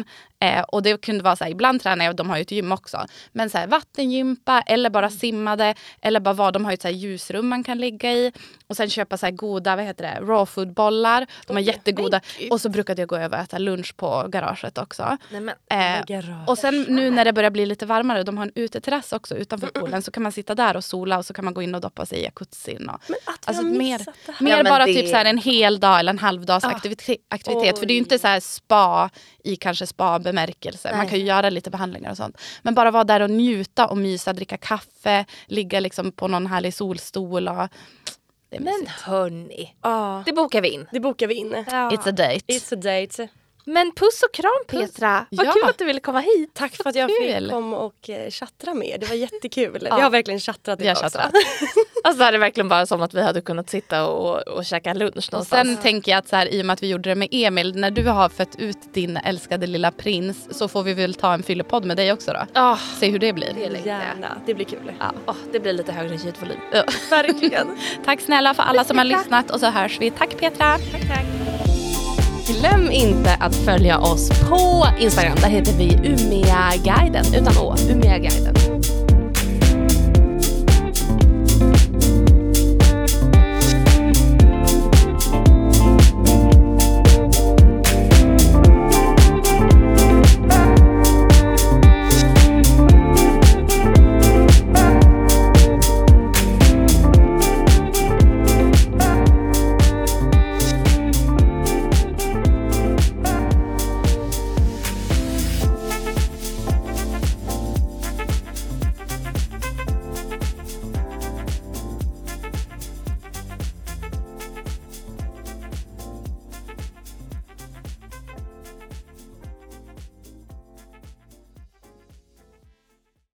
Och det kunde vara så här, ibland tränar jag, de har ju ett gym också. Men så här, vattengympa eller bara simmade. Eller bara vad, de har ju ett så här ljusrum man kan ligga i. Och sen köpa så här goda, raw food bollar. De är jättegoda. Och så brukade jag gå över och äta lunch på garaget också. Nej, men, och sen nu när det börjar bli lite varmare, de har en uteterrass också utanför poolen, så kan man sitta där och sola och så kan man gå in och doppa sig i jacuzzin. Och, Men att alltså mer Ja, men bara det- typ så här en hel dag eller en halvdags aktivitet. För det är ju inte så här spa i kanske spa-bemärkelse. Man kan ju göra lite behandlingar och sånt. Men bara vara där och njuta och mysa, dricka kaffe, ligga liksom på någon härlig solstol. Och det är men mysigt. hörni, Ja, det bokar vi in. det bokar vi in. It's a date. It's a date. Men puss och kram Petra. Vad Ja. kul att du ville komma hit. Tack för att jag kul. fick komma och chattra med er. Det var jättekul. Vi har verkligen chattrat Vi har idag också. chattrat. Alltså det är verkligen bara som att vi hade kunnat sitta och käka lunch Och någonstans. sen tänker jag att så här, i och med att vi gjorde det med Emil, när du har fött ut din älskade lilla prins, så får vi väl ta en fyllepodd med dig också då. Se hur det blir. Gärna, det blir kul. Det blir lite högre ljudvolym. Verkligen. Tack snälla för alla som har lyssnat, och så hörs vi. Tack Petra. Glöm inte att följa oss på Instagram. Där heter vi Umeåguiden utan å. Umeåguiden.